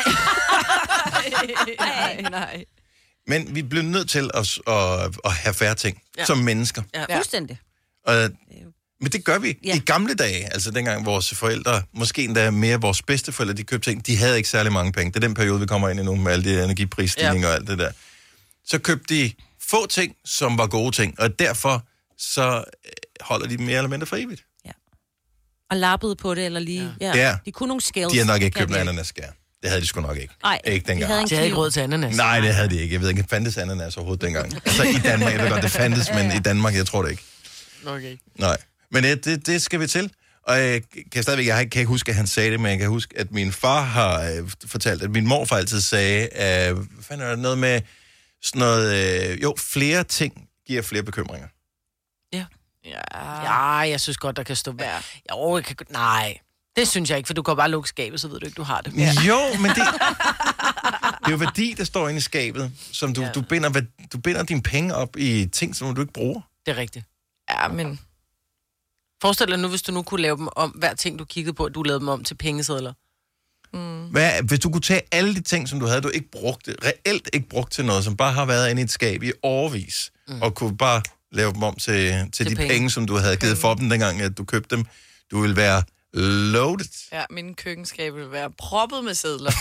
Nej. Men vi bliver nødt til at have færre ting, som mennesker. Ja. Fuldstændig. Men det gør vi i gamle dage. Altså dengang vores forældre, måske endda mere vores bedsteforældre, de købte ting, de havde ikke særlig mange penge. Det er den periode, vi kommer ind i nu med alle de energiprisstigninger og alt det der. Så købte de få ting, som var gode ting, og derfor så holder de dem mere eller mindre for evigt. Ja. Og lappede på det, eller lige... Ja. De kunne nogle skills. De har nok ikke købt en ananaskær. Det havde de sgu nok ikke. Nej, ikke dengang. De havde ikke råd til ananas. Nej, det havde de ikke. Jeg ved ikke, fandtes ananas overhovedet dengang. Altså i Danmark, jeg ved godt, det fandtes, men i Danmark, jeg tror det ikke. Nok ikke. Nej. Men det skal vi til. Og jeg kan ikke huske, at han sagde det, men jeg kan huske, at min far har fortalt, at min morfar altid sagde, hvad fanden er det noget med sådan noget, flere ting giver flere bekymringer. Ja, jeg synes godt, der kan stå... Ja. Nej, det synes jeg ikke, for du kan bare lukke skabet, så ved du ikke, du har det. Ja. Jo, men det er jo værdi, der står inde i skabet, som du binder dine penge op i ting, som du ikke bruger. Det er rigtigt. Ja, men... Forestil dig nu, hvis du nu kunne lave dem om, hver ting, du kiggede på, at du lavede dem om til pengesedler. Hvis du kunne tage alle de ting, som du havde, du ikke brugte, reelt ikke brugt til noget, som bare har været inde i et skab i årevis, og kunne bare lave dem om til de penge, som du havde givet for dem, dengang at du købte dem, du ville være loaded. Ja, min køkkenskab ville være proppet med sedler.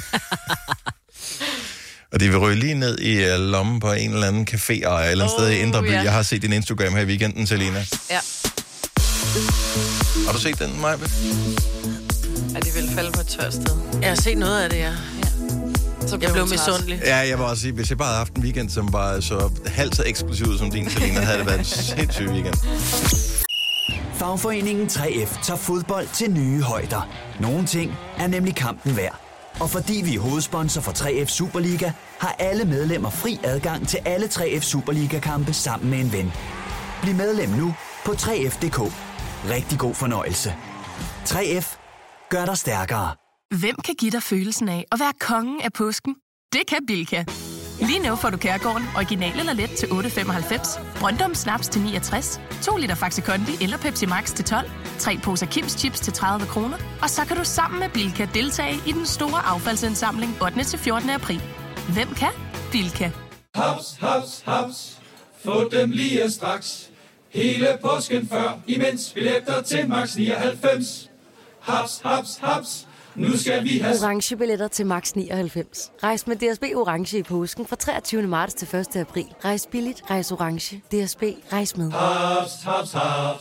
Og de vil ryge lige ned i lommen på en eller anden café-ejer, eller et sted i Indre By. Jeg har set din Instagram her i weekenden, Selina. Ja. Har du set den, Maja? Ja, de ville falde på et tørt sted. Jeg har set noget af det, ja. Så jeg blev misundelig. Ja, jeg vil også sige, hvis jeg bare havde haft en weekend, som var så halvt så eksklusiv som din, Selina, havde det været en sindssyg weekend. Fagforeningen 3F tager fodbold til nye højder. Nogle ting er nemlig kampen værd. Og fordi vi er hovedsponsor for 3F Superliga, har alle medlemmer fri adgang til alle 3F Superliga-kampe sammen med en ven. Bliv medlem nu på 3F.dk. Rigtig god fornøjelse. 3F gør dig stærkere. Hvem kan give dig følelsen af at være kongen af påsken? Det kan Bilka. Lige nu får du Kærgården original eller let til 8,95, Brøndum Snaps til 69, 2 liter Faxi Kondi eller Pepsi Max til 12, 3 poser Kims Chips til 30 kroner, og så kan du sammen med Bilka deltage i den store affaldsindsamling 8. til 14. april. Hvem kan? Bilka. Haps, haps, haps. Få dem lige straks. Hele påsken før, imens billetter til max 99. Haps, haps, haps. Nu skal vi have orange billetter til max 99. Rejs med DSB orange i påsken fra 23. marts til 1. april. Rejs billigt, rejs orange. DSB, rejs med. haps, haps, haps.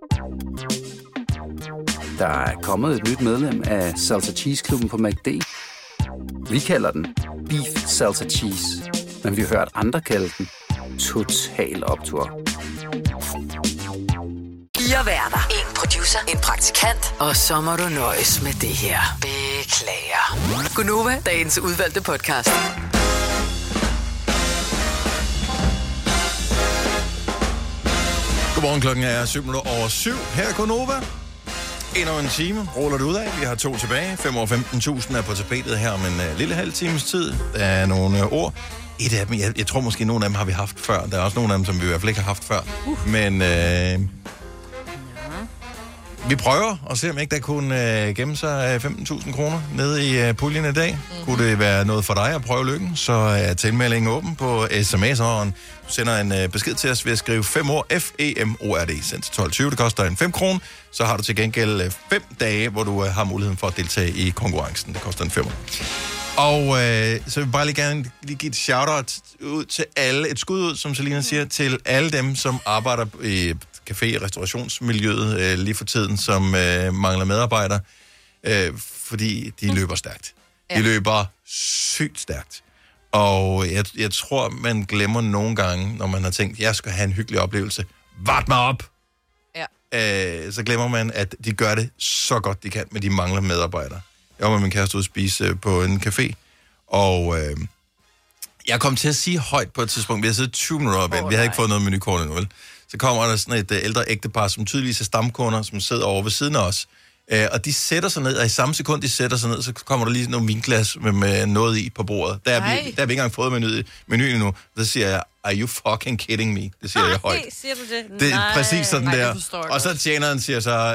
Der er kommet et nyt medlem af Salsa Cheese Klubben på McD. Vi kalder den Beef Salsa Cheese, men vi har hørt andre kalde den Total Optur. 4 værter, 1 producer, en praktikant, og så må du nøjes med det her. Beklager. Gunova, dagens udvalgte podcast. Godmorgen, klokken er 7:07. Her er Gunova. Endnu en time ruller det ud af. Vi har 2 tilbage. 5.15.000 er på tapetet her om en lille halv times tid. Der er nogle ord. Et af dem, jeg tror måske, nogle af dem har vi haft før. Der er også nogle af dem, som vi i hvert fald ikke har haft før. Men vi prøver at se, om ikke der kunne gemme sig 15.000 kroner nede i puljen i dag. Kunne det være noget for dig at prøve lykken, så er tilmeldingen åben på sms'eren. Du sender en besked til os ved at skrive 5 ord FEMORD sendt til 12.20. Det koster en 5 kroner. Så har du til gengæld 5 dage, hvor du har muligheden for at deltage i konkurrencen. Det koster en 5. Og så vil jeg bare lige gerne give et shout-out ud til alle, et skud ud, som Selina siger, til alle dem, som arbejder i café- og restaurationsmiljøet lige for tiden, som mangler medarbejdere, fordi de løber stærkt. De løber sygt stærkt. Og jeg tror, man glemmer nogle gange, når man har tænkt, jeg skal have en hyggelig oplevelse. Vart mig op! Ja. Så glemmer man, at de gør det så godt, de kan, men de mangler medarbejdere. Jeg var med min kæreste ud at spise på en café, og jeg kom til at sige højt på et tidspunkt, vi har siddet 20 minutter op, vi havde ikke fået noget menukort endnu, vel? Så kommer der sådan et ældre ægtepar, som tydeligvis er stamkunder, som sidder over ved siden af os. Og de sætter sig ned, og i samme sekund, de sætter sig ned, så kommer der lige nogle vinglas med noget i på bordet. Der har vi ikke engang fået menuen endnu. Så siger jeg, are you fucking kidding me? Det siger jeg højt. Siger du det? Det er præcis sådan der. Og så tjeneren siger så,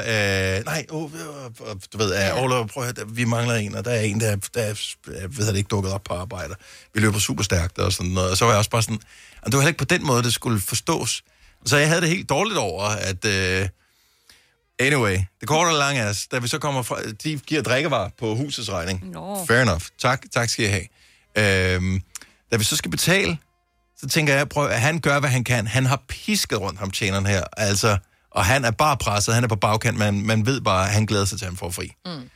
du ved, Ola, prøv at høre, vi mangler en, og der er en, der ved det ikke dukket op på arbejde. Vi løber super stærkt og sådan noget. Og så var jeg også bare sådan, og det var heller ikke på den måde, det skulle forstås. Så jeg havde det helt dårligt over, at anyway, det korte og lange er, da vi så kommer fra, de giver drikkevarer på husets regning. Fair enough. Tak skal jeg have. Da vi så skal betale, så tænker jeg, at han gør, hvad han kan. Han har pisket rundt ham, tjeneren her. Altså, og han er bare presset, han er på bagkant, man ved bare, at han glæder sig til, at han får fri.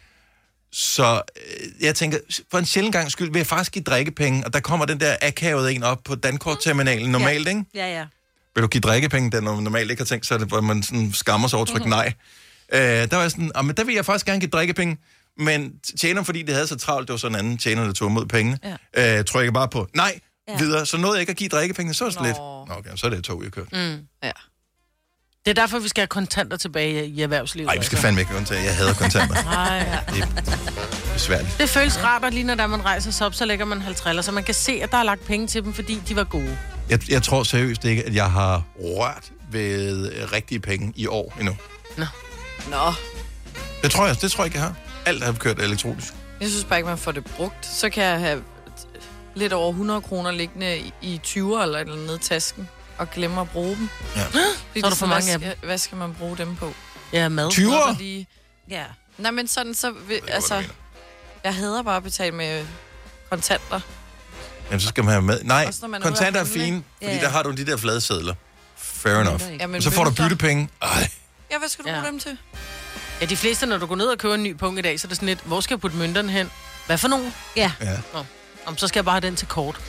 Så jeg tænker, for en sjældent gang skyld, vil jeg faktisk give drikkepenge, og der kommer den der akavet en op på Dankort-terminalen normalt, ikke? Ja. Vil du give drikkepenge, den normalt ikke har tænkt, så er det, hvor man sådan skammer sig over tryk nej. Der var jeg sådan, men der vil jeg faktisk gerne give drikkepenge, men tjener, fordi det havde så travlt, det var sådan en anden tjener, der tog mod pengene, trykker bare på nej, videre, så nåede jeg ikke at give drikkepenge, så er det lidt. Okay, så er det tog, jeg kørt. Ja. Det er derfor, vi skal have kontanter tilbage i erhvervslivet. Nej, vi skal fandme ikke kontanter. Jeg hader kontanter. Nej. Det er besværligt. Det føles rart, at lige når man rejser sig op, så lægger man 50, så man kan se, at der er lagt penge til dem, fordi de var gode. Jeg tror seriøst ikke, at jeg har rørt ved rigtige penge i år endnu. Nå. Det tror jeg ikke, jeg har. Alt har kørt elektronisk. Jeg synes bare ikke, man får det brugt. Så kan jeg have lidt over 100 kroner liggende i 20'er eller nede i tasken, og glemme at bruge dem. Ja. Så er der for mange af dem. Hvad skal man bruge dem på? Ja, mad. 20'er? Ja. Nej, men sådan så... Altså, jeg hader bare at betale med kontanter. Jamen, så skal man have med. Nej, man kontanter er fine, fordi der har du de der flade sedler. Fair enough. Jamen, så får du byttepenge. Ja, hvad skal du bruge dem til? Ja, de fleste, når du går ned og køber en ny punkt i dag, så er det sådan lidt, hvor skal jeg putte mønterne hen? Hvad for nogen? Ja. Så skal jeg bare have den til kort.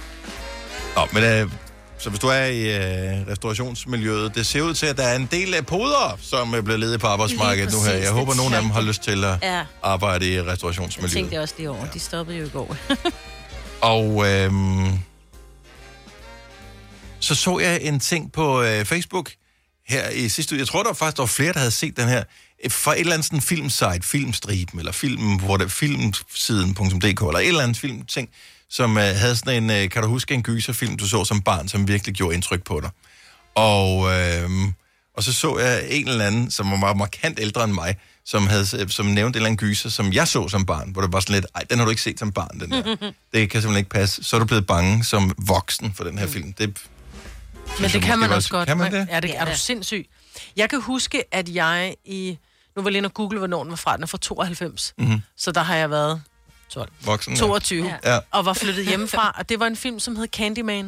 Men så hvis du er i restaurationsmiljøet, det ser ud til, at der er en del af podere, som bliver ledige på arbejdsmarkedet nu her. Jeg håber, at nogle af dem har lyst til at arbejde i restaurationsmiljøet. Jeg tænkte også lige over. De stoppede jo i går. Og så jeg en ting på Facebook. her i sidste uge. Jeg tror, der var flere, der havde set den her fra et eller andet sådan filmsite, Filmstriben, eller filmsiden.dk, eller et eller andet filmting, som havde sådan en, kan du huske en gyserfilm, du så som barn, som virkelig gjorde indtryk på dig. Og så jeg en eller anden, som var markant ældre end mig, som nævnte en eller anden gyser, som jeg så som barn, hvor det var sådan lidt, ej, den har du ikke set som barn, den der. Det kan simpelthen ikke passe. Så er du blevet bange som voksen for den her film. Men det kan man også godt. Kan man det? Ja, det er du sindssyg. Jeg kan huske, at jeg nu var jeg lige at google, hvornår den var fra. Den er fra 92. Mm-hmm. Så der har jeg været 22. Ja. Og var flyttet hjemmefra. Og det var en film, som hed Candyman.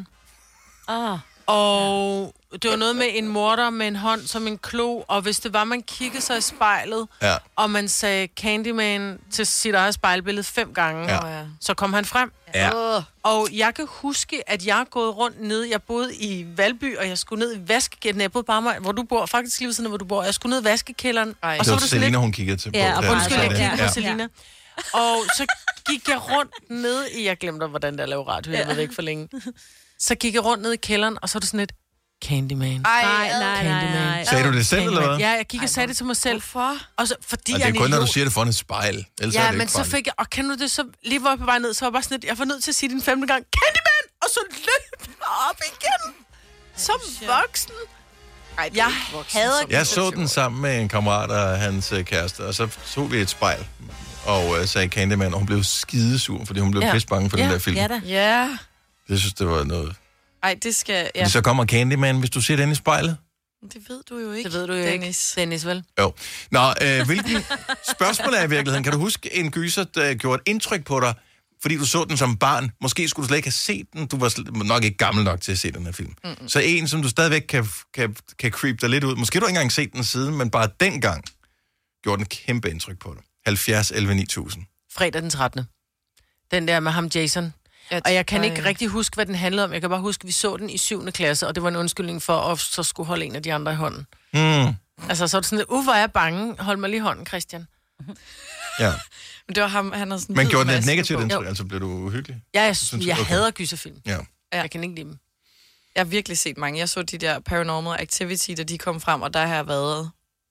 Og det var noget med en morder med en hånd som en klo. Og hvis det var, man kiggede sig i spejlet, og man sagde Candyman til sit eget spejlbillede 5 gange, så kom han frem. Ja. Og jeg kan huske, at jeg er gået rundt ned. Jeg boede i Valby, og jeg skulle ned i vaskekælderen. Jeg boede bare mig, hvor du bor. Faktisk lige ved siden, hvor du bor. Jeg skulle ned i vaskekælderen. Og så var det Selina, hun kiggede til på. Ja, og undskyld, jeg kiggede på Selina. Og så gik jeg rundt ned i... Jeg glemte, hvordan der lavede radio. Jeg ved ikke for længe. Så gik jeg rundt ned i kælderen, og så er det sådan et Candyman. Nej. Sagde du det selv, Candyman. eller hvad? Ja, jeg gik og sagde det til mig selv. Hvorfor? Og så, fordi og det er kun, når du siger det foran et spejl. Ellers er det men ikke så fik jeg... Og kan du det så... Lige hvor jeg på vej ned, så var jeg bare sådan et... Jeg var nødt til at sige den 5. gang. Candyman! Og så løb jeg op igen. Som voksen. Ej, jeg hader... Jeg så den sammen med en kammerat og hans kæreste, og så tog vi et spejl og sagde Candyman, og hun blev skidesur, fordi hun blev pissbange for den der film. Ja. Det synes, det var noget... Ej, det skal... Ja. Så kommer Candyman, hvis du ser den i spejlet. Det ved du jo ikke. Det ved du jo Dennis. ikke. Dennis, vel? Jo. Nå, hvilken spørgsmål er i virkeligheden? Kan du huske en gyser, der gjorde et indtryk på dig, fordi du så den som barn? Måske skulle du slet ikke have set den. Du var nok ikke gammel nok til at se den her film. Mm-mm. Så en, som du stadigvæk kan creep dig lidt ud. Måske du ikke engang set den siden, men bare dengang gjorde den kæmpe indtryk på dig. 70 11 9000. Fredag den 13. Den der med ham Jason. Og jeg kan ikke rigtig huske, hvad den handlede om. Jeg kan bare huske, at vi så den i 7. klasse, og det var en undskyldning for, at så skulle holde en af de andre i hånden. Altså, så er det sådan lidt, hvor er jeg bange. Hold mig lige i hånden, Christian. Ja. Men det var ham, han har sådan... Men gjorde den et negativt indtryk? Altså, blev du uhyggelig? Ja, jeg hader gyserfilm. Ja. Jeg kan ikke lide dem. Jeg har virkelig set mange. Jeg så de der Paranormal Activity, da de kom frem, og der har jeg været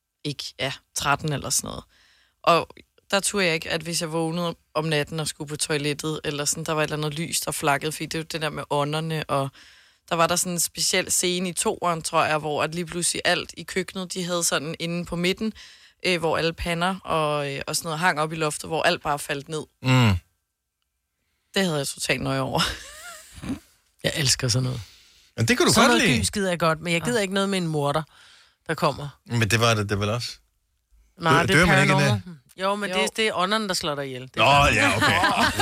13 eller sådan noget. Og der turde jeg ikke, at hvis jeg vågnede om natten og skulle på toilettet, eller sådan, der var et eller andet lys, der flakkede, fordi det er jo det der med ånderne, og der var der sådan en speciel scene i 2'eren, tror jeg, hvor at lige pludselig alt i køkkenet, de havde sådan inde på midten, hvor alle pander og sådan noget hang op i loftet, hvor alt bare faldt ned. Det havde jeg totalt nøje over. Jeg elsker sådan noget. Men det kan du sådan godt lide. Sådan noget gys gider jeg godt, men jeg gider ikke noget med en morder, der kommer. Men det var det vel også? Nej, det er paranormal. Jo, men Jo. det er ånderne, der slår dig ihjel. Ja, okay.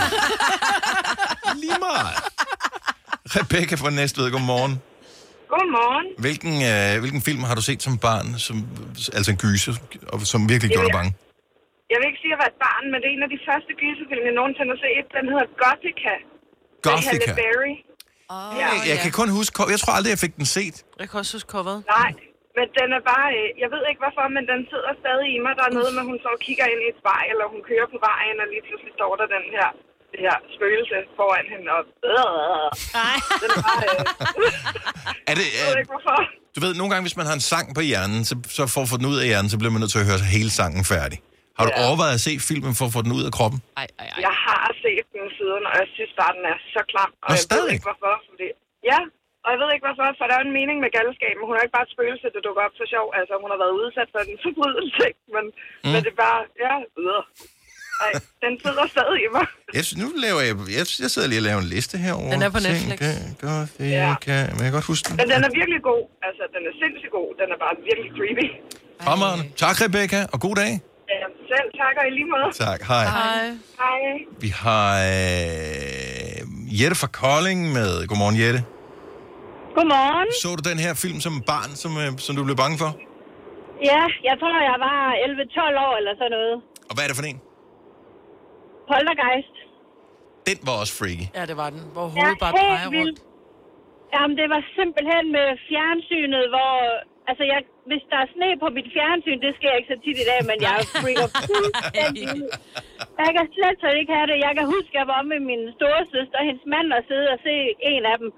Lige meget. Rebecca fra Næstved, godmorgen. Godmorgen. Hvilken film har du set som barn, altså en gyser, som virkelig gjorde dig bange? Jeg vil ikke sige, at jeg var et barn, men det er en af de første gyserfilm, jeg nogensinde har set. Den hedder Gothica. Gothica? Berry. Jeg kan kun huske, jeg tror aldrig, jeg fik den set. Jeg kan også huske coveret. Nej, men den er bare, jeg ved ikke hvorfor, men den sidder stadig i mig. Der er noget med, hun så kigger ind i et spejl, og hun kører på vejen, og lige pludselig står der det her spøgelse foran hende, og nej. Den er bare, jeg ved ikke hvorfor. Du ved, nogle gange, hvis man har en sang på hjernen, så for at få den ud af hjernen, så bliver man nødt til at høre hele sangen færdig. Har du overvejet at se filmen for at få den ud af kroppen? Jeg har set den siden, og jeg synes bare, den er så klam. Og jeg ved ikke hvorfor, fordi... Ja, og jeg ved ikke hvorfor, for der er en mening med galskaben. Hun er ikke bare et spøgelse, der dukker op for sjov. Altså, hun har været udsat for den forbrydelse, men det er bare... Ja, Ej, den sidder stadig i mig. Nu laver jeg sidder lige og laver en liste herovre. Den er på Netflix. Men jeg kan godt huske den. Men den er virkelig god. Altså, den er sindssygt god. Den er bare virkelig creepy. Fremragende. Tak, Rebecca, og god dag. Ja, selv tak, og i lige måde. Tak, hej. Hej. Vi har Jette fra Kolding med. Godmorgen, Jette. Godmorgen. Så du den her film som barn, som du blev bange for? Ja, jeg tror, jeg var 11-12 år eller sådan noget. Og hvad er det for en? Poltergeist. Den var også freaky. Ja, det var den. Hvor hovedet bare drejer rundt. Jamen, det var simpelthen med fjernsynet, hvor... Altså, hvis der er sne på mit fjernsyn, det sker ikke så tit i dag, men jeg freaker fuldstændig ud. Jeg kan slet ikke have det. Jeg kan huske, at jeg var med min storesøster og hendes mand og sidde og se en af dem.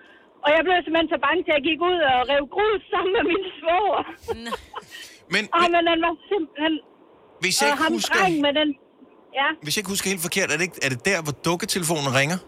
Og jeg blev simpelthen så bange til, at jeg gik ud og rev grus sammen med min svoger. Men han var simpelthen... Hvis jeg ikke husker... med den... Ja. Hvis jeg ikke husker helt forkert, er det der, hvor dukketelefonen ringer?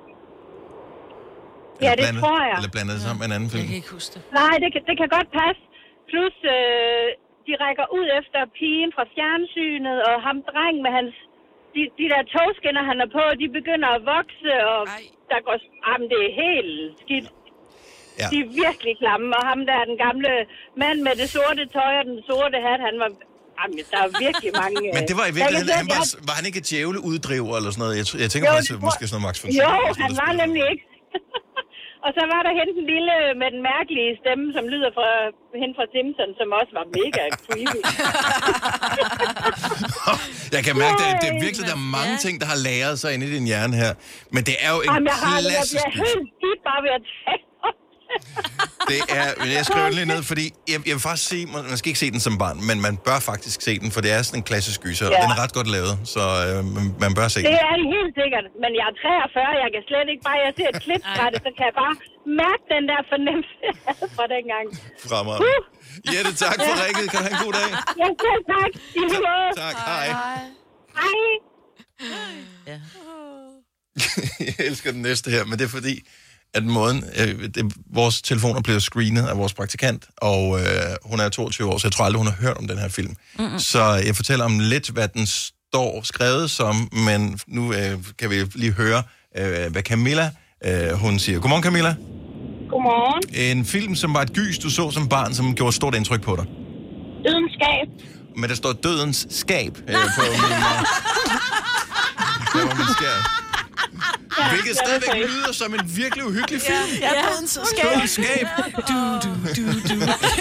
Ja, det tror jeg. Eller blandet sammen med en anden film? Jeg kan ikke huske det. Nej, det kan godt passe. Plus, de rækker ud efter pigen fra fjernsynet, og ham dreng med hans... De der togskinner, han er på, de begynder at vokse, og der går... Jamen, det er helt skidt. Ja. De er virkelig klamme, og ham der, den gamle mand med det sorte tøj og den sorte hat, han var... Jamen, der er virkelig mange... Men det var i virkeligheden... Var han ikke et djævleuddriver eller sådan noget? Jeg tænker på, det måske sådan noget Max von Sydow. Jo, han var nemlig ikke. Og så var der hende den lille med den mærkelige stemme, som lyder fra hende fra Simpson, som også var mega creepy. Jeg kan mærke, at det er virkelig, der er mange ting, der har lagret sig inde i din hjerne her. Men det er jo en klassisk... Jeg bliver helt skidt bare ved at tale. Det er, jeg skriver lige ned, fordi jeg vil faktisk sige, man skal ikke se den som barn, men man bør faktisk se den, for det er sådan en klassisk gyser, og den er ret godt lavet, så man bør se den. Det er det helt sikkert, men jeg er 43, jeg kan slet ikke bare, jeg ser et klip fra det, så kan jeg bare mærke den der fornemmelse fra dengang. Fremragende. Jette, tak for ringet. Kan du have en god dag? Ja, selv tak. I lige måde. Tak, hej. Hej. Ja. Jeg elsker den næste her, men det er fordi, at måden, vores telefoner bliver screenet af vores praktikant, og hun er 22 år, så jeg tror aldrig, hun har hørt om den her film. Mm-hmm. Så jeg fortæller om lidt, hvad den står skrevet som, men nu kan vi lige høre, hvad Camilla, hun siger. Godmorgen, Camilla. Godmorgen. En film, som var et gys, du så som barn, som gjorde et stort indtryk på dig. Dødens skab. Men der står Dødens skab på min... på min skærm. Ja, hvilket stadigvæk lyder som en virkelig uhyggelig film. Ja, Dødens skab. Dødens skab. Du.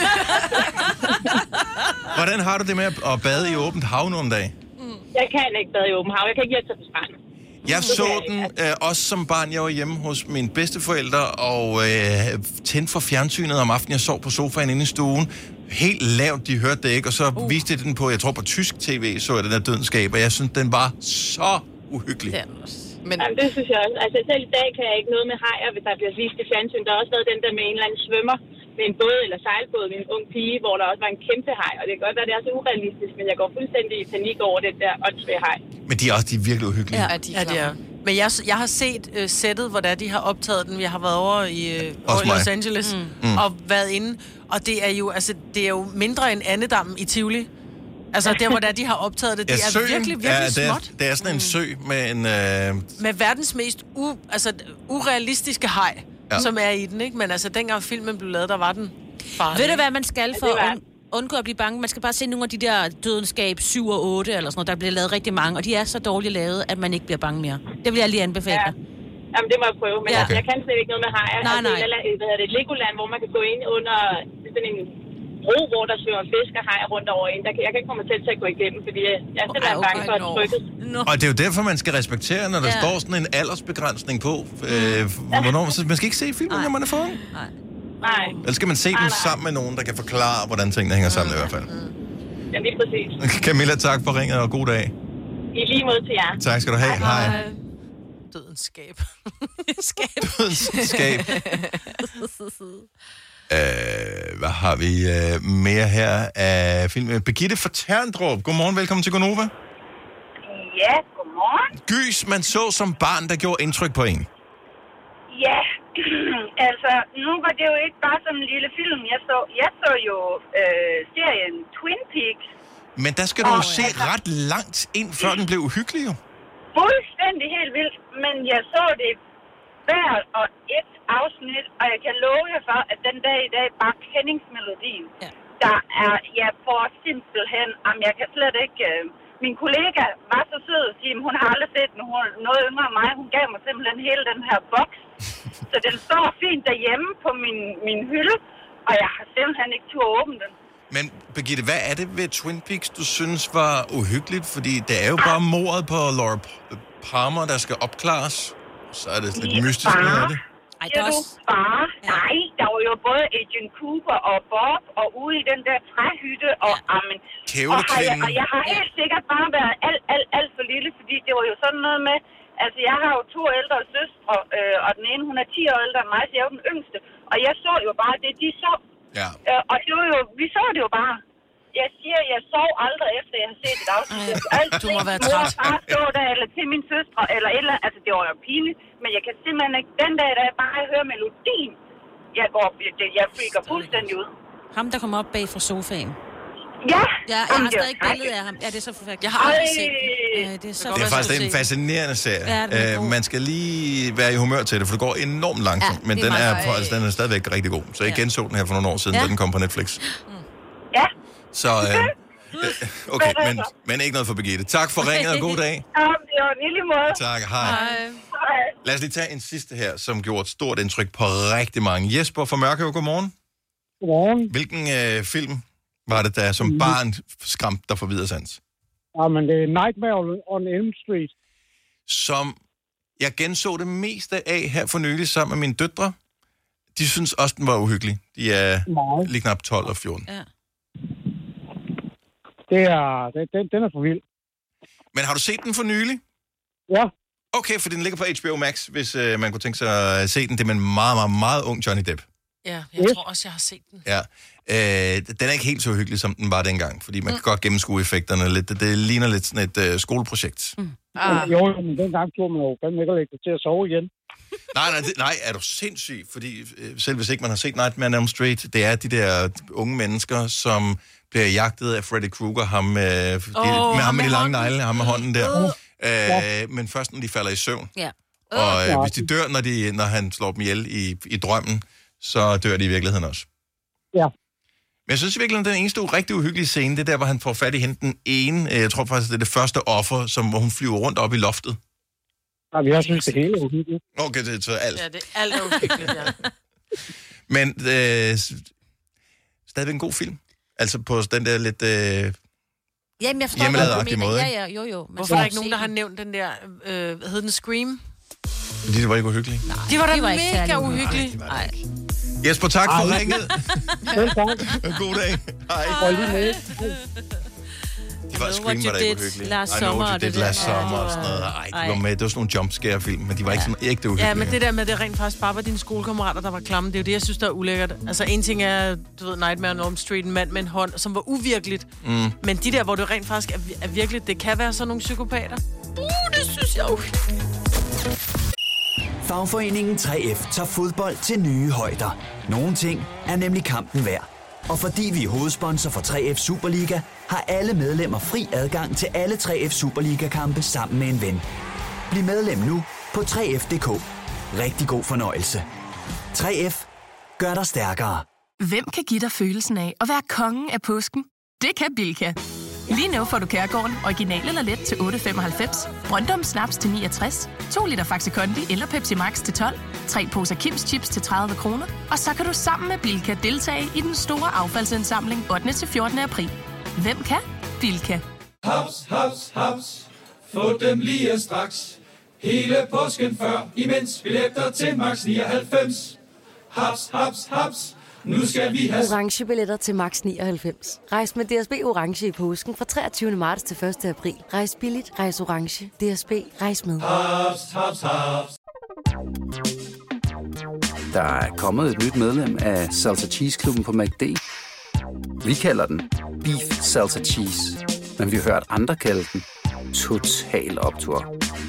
Hvordan har du det med at bade i åbent hav nu om dagen? Jeg kan ikke bade i åbent hav. Jeg kan ikke hjælpe til på stranden. Jeg så den også som barn. Jeg var hjemme hos mine bedsteforældre og tændte for fjernsynet om aftenen. Jeg sov på sofaen inde i stuen. Helt lavt, de hørte det ikke. Og så viste jeg den på, jeg tror på tysk tv, så jeg den der Dødens skab. Og jeg synes, den var så uhyggelig. Ja. Men... Jamen, det synes jeg også. Altså, selv i dag kan jeg ikke noget med hajer, hvis der bliver vist i fjernsyn. Der har også været den der med en eller anden svømmer med en båd eller sejlbåd med en ung pige, hvor der også var en kæmpe haj. Og det kan godt være, det er så urealistisk, men jeg går fuldstændig i panik over den der åndssvage haj. Men de er også virkelig uhyggelige. Ja, de er. Men jeg har set sættet, hvor de har optaget den. Jeg har været over i Los Angeles og været inde. Og det er jo mindre end andedammen i Tivoli. Altså, der hvor de har optaget det, det er virkelig småt. Det er sådan en sø med en... Med verdens mest urealistiske haj, som er i den, ikke? Men altså, dengang filmen blev lavet, der var den farlig. Ved du, hvad man skal for at undgå at blive bange? Man skal bare se nogle af de der Dødenskab 7 og 8, eller sådan noget, der bliver lavet rigtig mange, og de er så dårligt lavet, at man ikke bliver bange mere. Det vil jeg lige anbefale dig. Jamen, det må jeg prøve, men jeg kan slet ikke noget med hajer. Nej. Altså, det er et Legoland, hvor man kan gå ind under sådan en bro, hvor der svømmer fisk og hajer rundt over en. Jeg kan ikke komme til at gå igennem, fordi jeg er simpelthen bange for at trykke. Og det er jo derfor, man skal respektere, når der står sådan en aldersbegrænsning på. Hvornår, man skal ikke se filmen, når man er foran. Nej. Eller skal man se den sammen med nogen, der kan forklare, hvordan tingene hænger sammen i hvert fald. Ja, lige præcis. Camilla, tak for ringet, og god dag. I lige måde til jer. Tak skal du have. Hej. Dødens skab. Dødens skab. Hvad har vi mere her af filmen? Birgitte fra Terndrup. Godmorgen, velkommen til Gonova. Ja, godmorgen. Gys, man så som barn, der gjorde indtryk på en. Ja, altså, nu var det jo ikke bare sådan en lille film. Jeg så jo serien Twin Peaks. Men der skal du jo se ret langt ind, før den blev uhyggelig, jo. Fuldstændig helt vildt, men jeg så det hver og et afsnit, og jeg kan love jer for, at den dag i dag, bare kendingsmelodien, der er, jeg får simpelthen, jeg kan slet ikke... Min kollega var så sød at sige, hun har aldrig set noget yngre end mig. Hun gav mig simpelthen hele den her boks. Så den står fint derhjemme på min hylde, og jeg har simpelthen ikke tur at åbne den. Men Birgitte, hvad er det ved Twin Peaks, du synes var uhyggeligt? Fordi det er jo bare mordet på Laura Palmer, der skal opklares. Så er det lidt mystisk noget af det. Nej, der var jo både Agent Cooper og Bob og ude i den der træhytte og Kævlekvinden. Og jeg har helt sikkert bare været alt for lille, fordi det var jo sådan noget med, altså jeg har jo 2 ældre søstre, og den ene hun er 10 år ældre end mig, så jeg er jo den yngste. Og jeg så jo bare det, de så. Ja. Og det var jo, vi så det jo bare. Jeg siger, jeg sov aldrig efter, jeg har set et afsnit. Du må være træt. træt. Far stå der, eller til min søstre, eller et eller andet. Altså, det var jo pinligt. Men jeg kan simpelthen ikke, den dag, da jeg bare hører melodien, jeg freaker fuldstændig ud. Ham, der kommer op bag fra sofaen. Ja! Ja, jeg har stadig et billede af ham. Ja, det er så forfærdeligt. Jeg har aldrig set det. Det er faktisk en fascinerende serie. Ja, man skal lige være i humør til det, for det går enormt langsomt. Ja, men den er stadigvæk rigtig god. Så jeg genså den her for nogle år siden, da den kom på Netflix. Ja. Så, okay, men ikke noget for Birgitte. Tak for ringet, og god dag. Ja, det var en lille måde. Tak, hej. Lad os lige tage en sidste her, som gjorde et stort indtryk på rigtig mange. Jesper fra Mørkøv, godmorgen. Godmorgen. Hvilken film var det, der som barn skræmte dig for videre sans? Men det er Nightmare on Elm Street. Som jeg genså det meste af her for nylig sammen med mine døtre. De synes også, den var uhyggelig. De er lige knap 12 og 14. Ja. Den er for vild. Men har du set den for nylig? Ja. Okay, for den ligger på HBO Max, hvis man kunne tænke sig at se den. Det er med en meget, meget, meget ung Johnny Depp. Ja, jeg tror også, jeg har set den. Ja. Den er ikke helt så hyggelig, som den var dengang, fordi man kan godt gennemskue effekterne lidt. Det ligner lidt sådan et skoleprojekt. Jo, men dengang tog man jo fandme ikke at lægge det til at sove igen. Nej, er du sindssyg? Fordi selv hvis ikke man har set Nightmare on Elm Street, det er de der unge mennesker, som bliver jagtet af Freddy Krueger, ham med de lange negle, ham med hånden der. Men først når de falder i søvn. Ja. Og hvis de dør, når han slår dem ihjel i drømmen, så dør de i virkeligheden også. Ja. Men jeg synes i virkeligheden, den eneste rigtig uhyggelige scene, det er der, hvor han får fat i hende den ene. Jeg tror faktisk, det er det første offer, hvor hun flyver rundt op i loftet. Ja, jeg synes, det hele er uhyggeligt. Okay, det er alt. Ja, det er alt er uhyggeligt, ja. Men stadigvæk en god film. Altså på den der lidt Jamen, jeg forstår hjemmeladeragtige måde. Ja, jo. Hvorfor er der ikke nogen, der har nævnt den der, hvad hed den, Scream? Fordi det var ikke uhyggeligt. Nej, de var da mega uhyggelige. Nej. Jesper, tak for ringet. Selv tak. God dag. Hej. De var Scream, var da ikke uhyggelige. Last Sommer. Det Last Sommer og sådan noget. Ej, de var med. Det var sådan nogle jumpscare-film, men de var ikke sådan ægte uhyggelige. Ja, men det der med, det rent faktisk bare var dine skolekammerater, der var klamme, det er jo det, jeg synes, der er ulækkert. Altså, en ting er, du ved, Nightmare on Elm Street, en mand med en hånd, som var uvirkeligt. Men de der, hvor det rent faktisk er virkeligt, det kan være sådan nogle psykopater. Det synes jeg jo. Fagforeningen 3F tager fodbold til nye højder. Nogle ting er nemlig kampen værd. Og fordi vi er hovedsponsor for 3F Superliga, har alle medlemmer fri adgang til alle 3F Superliga-kampe sammen med en ven. Bliv medlem nu på 3F.dk. Rigtig god fornøjelse. 3F gør dig stærkere. Hvem kan give dig følelsen af at være kongen af påsken? Det kan Bilka. Lige nu får du Kærgården original eller let til 8,95, Brøndum Snaps til 69, 2 liter Faxi Kondi eller Pepsi Max til 12, 3 poser Kims Chips til 30 kroner, og så kan du sammen med Bilka deltage i den store affaldsindsamling 8. til 14. april. Hvem kan? Bilka. Haps, haps, haps. Få dem lige straks. Hele påsken før, imens billetter til max 99. Haps, haps, haps. Nu skal vi have orange billetter til max 99. Rejs med DSB orange i påsken fra 23. marts til 1. april. Rejs billigt, rejs orange. DSB, rejs med. haps, haps, haps. Der er kommet et nyt medlem af Salsa Cheese Klubben på McD. Vi kalder den Beef Salsa Cheese, men vi har hørt andre kalde den Total Optur.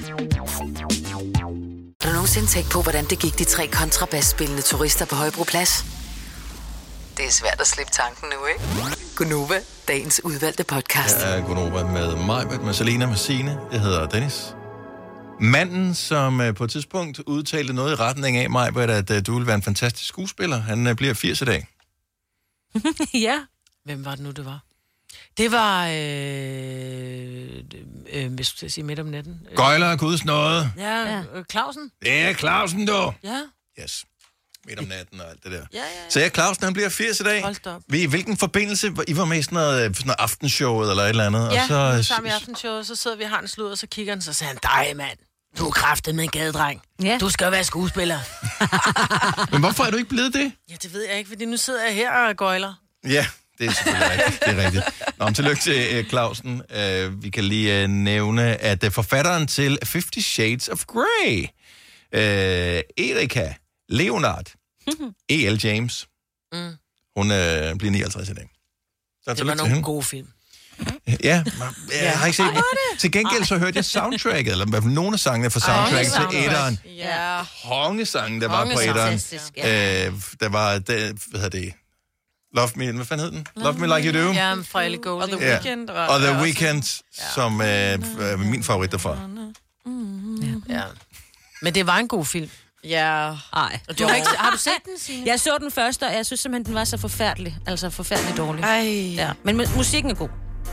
Har du nogensinde tænkt på, hvordan det gik de 3 kontrabasspillende turister på Højbroplads? Det er svært at slippe tanken nu, ikke? Gunova, dagens udvalgte podcast. Ja, Gunova med mig, med Selina, med Signe. Jeg hedder Dennis. Manden, som på et tidspunkt udtalte noget i retning af mig, at du ville være en fantastisk skuespiller, han bliver 80 i dag. Ja. Hvem var det nu, det var? Det var, hvis du skal sige midt om natten. Gøjler og Guds nåde. Ja, Clausen. Det er Clausen, du. Ja. Yes. Midt om natten og alt det der. Ja. Så ja, Clausen, han bliver 80 i dag. Hold da op. Hvilken forbindelse? I var med i sådan noget aftenshowet eller et eller andet. Ja, og så, sammen i aftenshowet, så sidder vi og har en slud, og så kigger han, så siger han, dig mand, du er kraftet med en gadedreng. Ja. Du skal jo være skuespiller. Men hvorfor er du ikke blevet det? Ja, det ved jeg ikke, fordi nu sidder jeg her og gøjler. Ja, det er selvfølgelig rigtigt. Det er rigtigt. Nå, men tillykke til Clausen. Vi kan lige nævne, at forfatteren til 50 Shades of Grey, Erika Leonard, E.L. James. Hun bliver 59 i dag. Det var nogle gode film. Ja, jeg har ikke set det. Til gengæld så hørte jeg soundtracket, eller i hvert fald nogle af sangene fra soundtracket til etteren. Ja. Hongesangen, der var på etteren. Der var, hvad hedder det? Love Me, hvad fanden hed den? Love Me Like You Do. Ja, fra Ellie Goulding. Og The Weeknd. Og The Weeknd, som er min favorit derfra. Ja. Men det var en god film. Ja. Ej. Har du set den, Signe? Jeg så den første, og jeg synes simpelthen, den var så forfærdelig. Altså forfærdelig dårlig. Ej. Ja. Men musikken er god.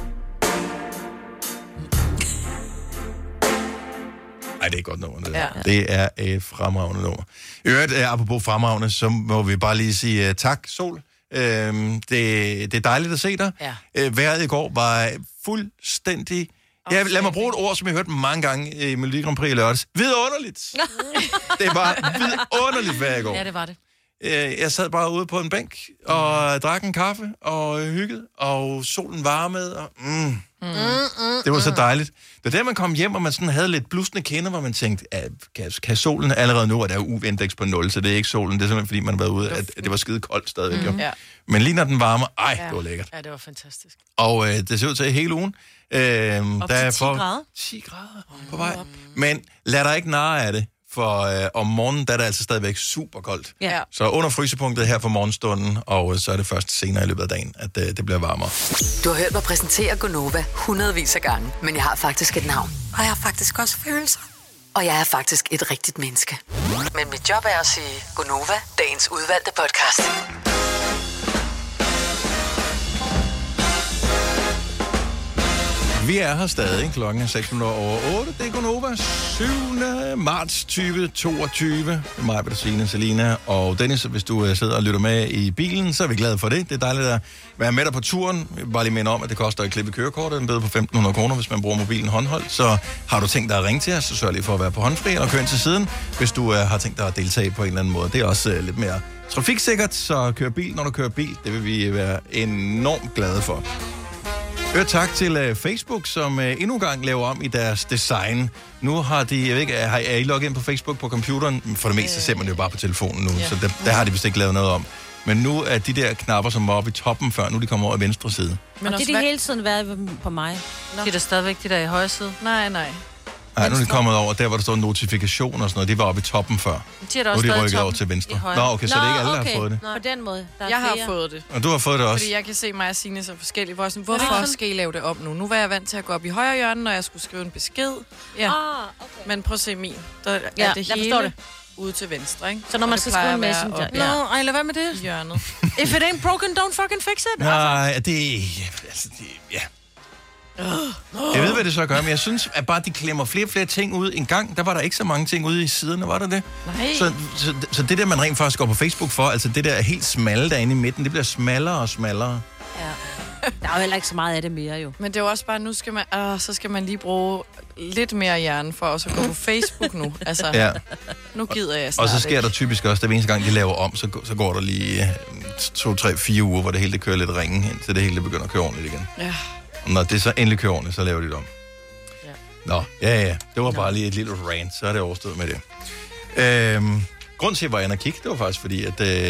Ej, det er et godt nummer. Det, det er et fremragende nummer. I øvrigt, apropos fremragende, så må vi bare lige sige tak, Sol. Det er dejligt at se dig. Ja. Vejret i går var fuldstændig... Ja, lad mig bruge et ord, som jeg har hørt mange gange i Melodi Grand Prix i lørdags. Vidunderligt! Det var vidunderligt vejr i går. Ja, det var det. Jeg sad bare ude på en bænk og drak en kaffe og hyggede, og solen varmede, og det var så dejligt. Det var der, man kom hjem, og man sådan havde lidt blusende kinder, hvor man tænkte, kan solen allerede nu, og der er UV-indeks på 0, så det er ikke solen, det er simpelthen fordi, man har været ude, at det var skide koldt stadigvæk. Jo. Ja. Men lige når den varmer, det var lækkert. Ja, det var fantastisk. Og det ser ud til hele ugen. Op til 10 grader. 10 grader på vej. Men lad dig ikke narre af det, for om morgenen, der er det altså stadigvæk super koldt. Ja. Så under frysepunktet her for morgenstunden, og så er det først senere i løbet af dagen, at det bliver varmere. Du har hørt mig præsentere Gonova hundredvis af gange, men jeg har faktisk et navn. Og jeg har faktisk også følelser. Og jeg er faktisk et rigtigt menneske. Men mit job er at sige Gonova, dagens udvalgte podcast. Vi er her stadig. Klokken er 6:08. Det er Gonova. 7. marts 2022. Mig, Bettina, Selina og Dennis. Hvis du sidder og lytter med i bilen, så er vi glade for det. Det er dejligt at være med dig på turen. Jeg vil bare lige minde om, at det koster at klippe kørekortet. En bøde på 1.500 kroner, hvis man bruger mobilen håndholdt. Så har du tænkt dig at ringe til os, så sørg lige for at være på håndfri eller køre ind til siden, hvis du har tænkt dig at deltage på en eller anden måde. Det er også lidt mere trafiksikkert, så kør bil, når du kører bil. Det vil vi være enormt glade for. Tak til Facebook, som endnu en gang laver om i deres design. Nu har de, jeg ved ikke, er I logget ind på Facebook på computeren? For det meste ser man det jo bare på telefonen nu, så der har de vist ikke lavet noget om. Men nu er de der knapper, som var oppe i toppen før, nu de kommer over i venstre side. Men og det har de hele tiden været på mig. De er der stadigvæk de der i højre side? Nej. Nej, nu er de kommet over, der hvor der står notifikation og sådan noget, de var oppe i toppen før. De er der nu er de rykket over til venstre. Nå, okay, så det er ikke alle, der har fået det. På den måde. Jeg har fået det. Og du har fået det også? Fordi jeg kan se mig og Signe så forskelligt. Hvorfor skal I lave det op nu? Nu var jeg vant til at gå op i højre hjørne, når jeg skulle skrive en besked. Ja. Okay. Men prøv at se min. Der er det hele ude til venstre, ikke? Så når man skal skrive en messenger. Lad være med det. Hjørnet. If it ain't broken, don't fucking fix it. Nej, ja. Jeg ved, hvad det så gør, men jeg synes, at bare de klemmer flere og flere ting ud en gang. Der var der ikke så mange ting ude i siderne, var der det? Nej. Så det der, man rent faktisk går på Facebook for, altså det der helt smalle derinde i midten, det bliver smallere og smallere. Ja. Der er jo heller ikke så meget af det mere, jo. Men det er jo også bare, nu skal man, så skal man lige bruge lidt mere hjerne for også at gå på Facebook nu. Altså, nu gider jeg snart. Og så sker der typisk også, at hver eneste gang, de laver om, så går der lige 2, 3, 4 uger, hvor det hele det kører lidt ringe, indtil det hele det begynder at køre ordentligt igen. Ja. Og når det så endelig kører ordentligt, så laver de det om. Ja. Nå, ja. Det var bare lige et lille rant, så er det overstået med det. Grunden til, at jeg var inde og kigge, det var faktisk fordi,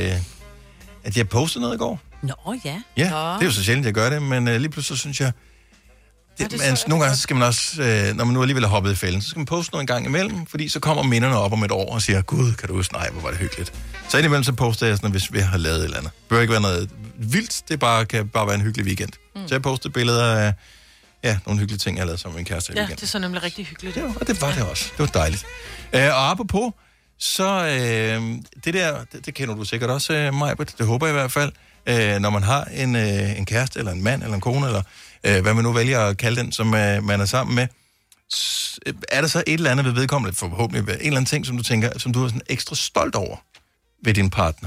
at jeg postede noget i går. Nå, ja. Ja, det er jo så sjældent, jeg gør det, men lige pludselig så synes jeg, nogle gange så skal man også, når man nu alligevel er hoppet i fælden, så skal man poste noget en gang imellem, fordi så kommer minderne op om et år og siger, gud, kan du huske, nej, hvor var det hyggeligt. Så indimellem så poster jeg sådan, hvis vi har lavet et eller andet. Det bør ikke være noget vildt, det kan bare være en hyggelig weekend. Så jeg postede billeder af nogle hyggelige ting, jeg har lavet sammen med min kæreste i weekenden. Ja, det er så nemlig rigtig hyggeligt. Ja, og det var det også. Det var dejligt. Og apropos, så det der, det kender du sikkert også, Majbert, det håber jeg i hvert fald. Når man har en kæreste, eller en mand, eller en kone, eller hvad man nu vælger at kalde den, som man er sammen med, er der så et eller andet ved vedkommende, forhåbentlig en eller anden ting, som du tænker, som du er sådan ekstra stolt over ved din partner?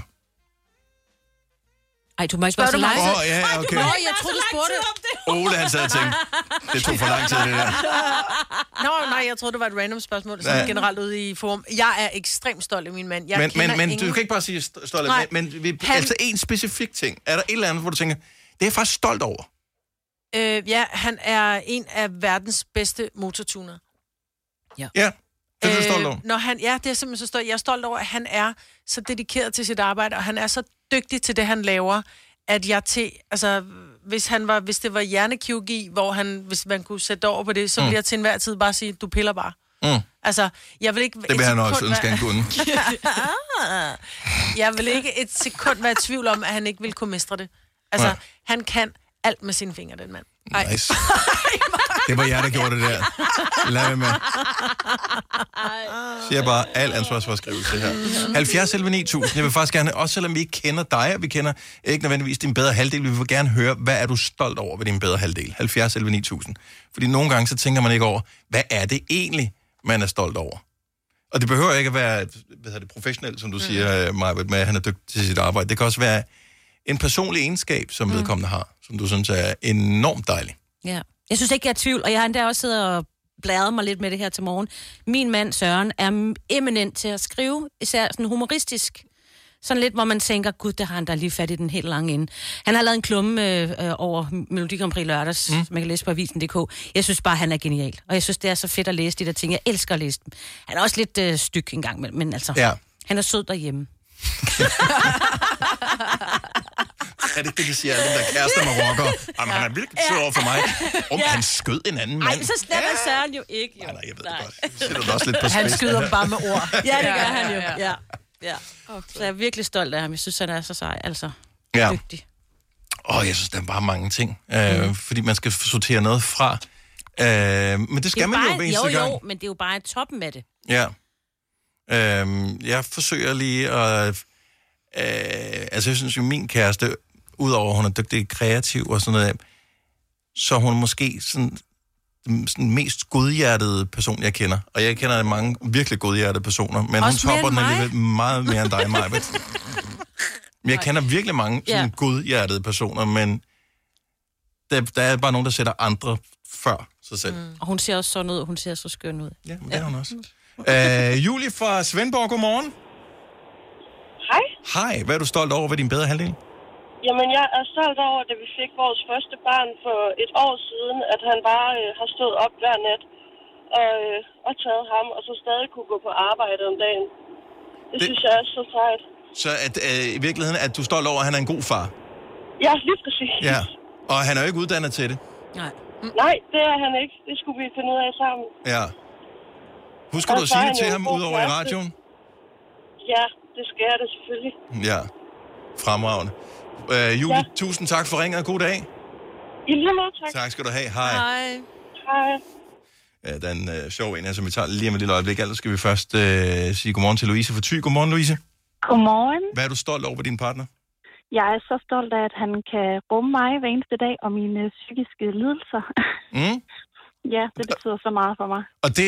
Ej, du må ikke spørge så langt. Ja, okay. Nå, jeg troede, du spurgte. Ole, han sad og tænkte, det tog for lang tid, det der. Nej, jeg troede, det var et random spørgsmål, som generelt ude i forum. Jeg er ekstremt stolt af min mand. Men du kan ikke bare sige stolt af, men altså en specifik ting. Er der et eller andet, hvor du tænker, det er jeg faktisk stolt over? Ja, han er en af verdens bedste motortuner. Ja. Det er du stolt over? Når han, ja, det er simpelthen så stolt. Jeg er stolt over, at han er så dedikeret til sit arbejde, og han er så dygtig til det, han laver, at jeg hvis det var hjernekirurgi, hvis man kunne sætte over på det, så ville jeg til enhver tid bare sige, du piller bare. Altså, jeg vil ikke... Det vil han også ønske, han kunne. Jeg vil ikke et sekund være i tvivl om, at han ikke vil kunne mestre det. Altså, han kan alt med sine fingre, den mand. Nice. Det var jeg, der gjorde det der. Lad mig med. Siger bare al ansvarsforskrivelse her. 70 11 9000. Jeg vil faktisk gerne, også selvom vi ikke kender dig, og vi kender ikke nødvendigvis din bedre halvdel, vi vil gerne høre, hvad er du stolt over ved din bedre halvdel? 70 11 9000. Fordi nogle gange, så tænker man ikke over, hvad er det egentlig, man er stolt over? Og det behøver ikke at være professionelt, som du siger, Majbert, med at han er dygtig til sit arbejde. Det kan også være en personlig egenskab, som vedkommende har, som du synes er enormt dejlig. Ja. Jeg synes ikke, jeg er i tvivl, og jeg har endda også siddet og bladret mig lidt med det her til morgen. Min mand, Søren, er eminent til at skrive, især sådan humoristisk. Sådan lidt, hvor man tænker, gud, der har han da lige fat i den helt lange ende. Han har lavet en klumme over Melodi Grand Prix lørdags, man kan læse på avisen.dk. Jeg synes bare, han er genial. Og jeg synes, det er så fedt at læse de der ting. Jeg elsker at læse dem. Han er også lidt styg en gang, men altså, han er sød derhjemme. Er det ikke det, de siger, alle dem der kærester med rockere? Jamen, han er virkelig sød over for mig. Han skød en anden mand. Nej, så snapper Søren jo ikke. Jo. Nej, jeg ved det godt. Det sætter også lidt på spids. Han skyder bare med ord. Ja, det gør han jo. Ja. Okay. Så jeg er virkelig stolt af ham. Jeg synes, han er så sej. Altså, dygtig. Jeg synes, der er bare mange ting. Fordi man skal sortere noget fra. Men det skal man jo hver eneste gang. Jo, men det er jo bare toppen af det. Ja. Jeg forsøger lige at... altså, jeg synes jo, min kæreste, udover at hun er dygtig kreativ og sådan noget, så er hun måske sådan den mest godhjertede person, jeg kender. Og jeg kender mange virkelig godhjertede personer, men også hun topper den alligevel meget mere end dig, Majbert. Men jeg kender virkelig mange sådan godhjertede personer, men der er bare nogen, der sætter andre før sig selv. Og hun ser også sådan ud, hun ser så skøn ud. Ja, det er hun også. Julie fra Svendborg, godmorgen. Hej. Hej, hvad er du stolt over ved din bedre halvdel? Jamen, jeg er stolt over, da vi fik vores første barn for et år siden, at han bare har stået op hver nat og taget ham, og så stadig kunne gå på arbejde om dagen. Det synes jeg er så sejt. Så i virkeligheden, at du er stolt over, at han er en god far? Ja, lige præcis. Ja, og han er jo ikke uddannet til det? Nej, det er han ikke. Det skulle vi finde ud af sammen. Ja. Husker du at sige det til ham, udover i radioen? Ja, det skal jeg da selvfølgelig. Ja, fremragende. Julie, tusind tak for ringet, og god dag. I lige måde, tak. Tak skal du have. Hej. Hej. Ja, der er en sjov en her, som vi tager lige om et lille øjeblik. Ellers skal vi først sige godmorgen til Louise fra Thy. Godmorgen, Louise. Godmorgen. Hvad er du stolt over ved din partner? Jeg er så stolt af, at han kan rumme mig hver eneste dag og mine psykiske lidelser. Ja, det betyder så meget for mig.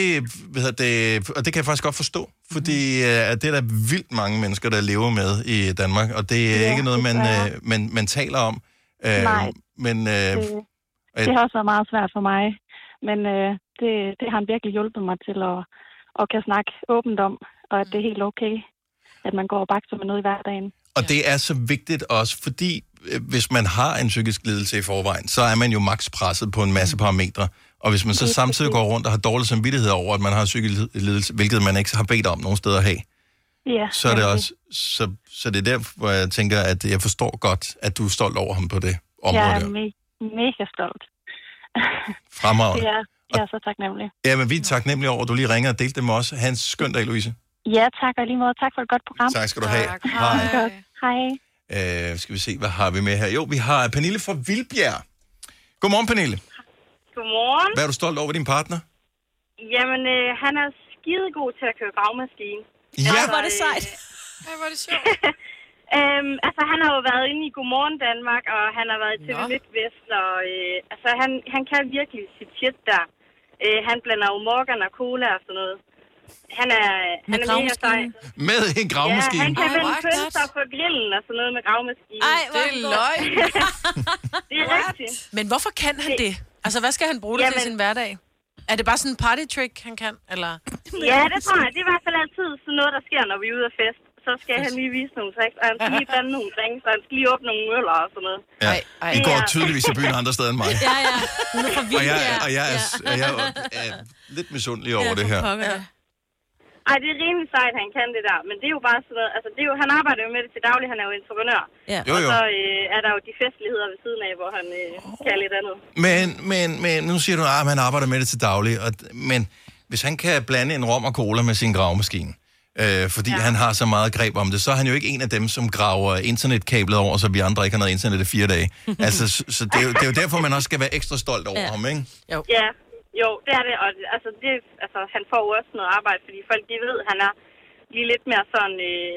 Og det kan jeg faktisk godt forstå, fordi det er der vildt mange mennesker, der lever med i Danmark, og det er ikke noget, man taler om. Nej, men, det har også været meget svært for mig, men det har han virkelig hjulpet mig til at kan snakke åbent om, og at det er helt okay, at man går og bakser med noget i hverdagen. Og det er så vigtigt også, fordi hvis man har en psykisk lidelse i forvejen, så er man jo maks presset på en masse parametre. Og hvis man så samtidig går rundt og har dårlig samvittighed over, at man har en psykisk lidelse, hvilket man ikke har bedt om nogen steder at have, så er det også, så det er der, hvor jeg tænker, at jeg forstår godt, at du er stolt over ham på det område. Jeg er mega stolt. Fremragende. Jeg er så taknemmelig. Ja, men vi er taknemmelige over, at du lige ringer og delte det med os. Hans skøn dag, Louise. Ja, tak og lige måde. Tak for et godt program. Tak skal du have. Hej. Hej. Skal vi se, hvad har vi med her? Jo, vi har Pernille fra Vildbjerg. Godmorgen, Pernille. Godmorgen. Hvad er du stolt over ved din partner? Jamen, han er skidegod til at køre gravmaskine. Ja. Altså, var det sejt. Var det sjovt. Altså, han har jo været inde i Godmorgen Danmark, og han har været i TV MidtVest, og altså, han kan virkelig sit shit der. Han blander jo Morgan og cola og sådan noget. Han er mega sej. Med en gravmaskine? Ja, han kan vende pølser på grillen og sådan noget med gravmaskine. Ej, det er løgn. Det er rigtigt. Men hvorfor kan han det? Altså, hvad skal han bruge det til i sin hverdag? Er det bare sådan en party trick, han kan? Eller? Ja, det tror jeg. Det er i hvert fald altid sådan noget, der sker, når vi er ude af fest. Så skal han lige vise nogle tricks, og han skal lige blande nogle drinks, og han skal lige åbne nogle øller og sådan noget. Ja. I går tydeligvis i byen andre steder end mig. Ja. Hun er fra Vildbjerg. Og jeg er lidt misundelig over det her. Ej, det er rimelig sejt, han kan det der. Men det er jo bare sådan noget... Altså, det er jo, han arbejder jo med det til daglig. Han er jo entreprenør. Ja. Jo. Og så er der jo de festligheder ved siden af, hvor han kan lidt andet. Men nu siger du, at han arbejder med det til daglig. Men hvis han kan blande en rom og cola med sin gravemaskine, fordi han har så meget greb om det, så er han jo ikke en af dem, som graver internetkablet over, så vi andre ikke har noget internet i 4 dage. Altså, så det er jo derfor, man også skal være ekstra stolt over ham, ikke? Jo. Ja, jo, det er det. Og altså, han får jo også noget arbejde, fordi folk, de ved, han er lige lidt mere sådan...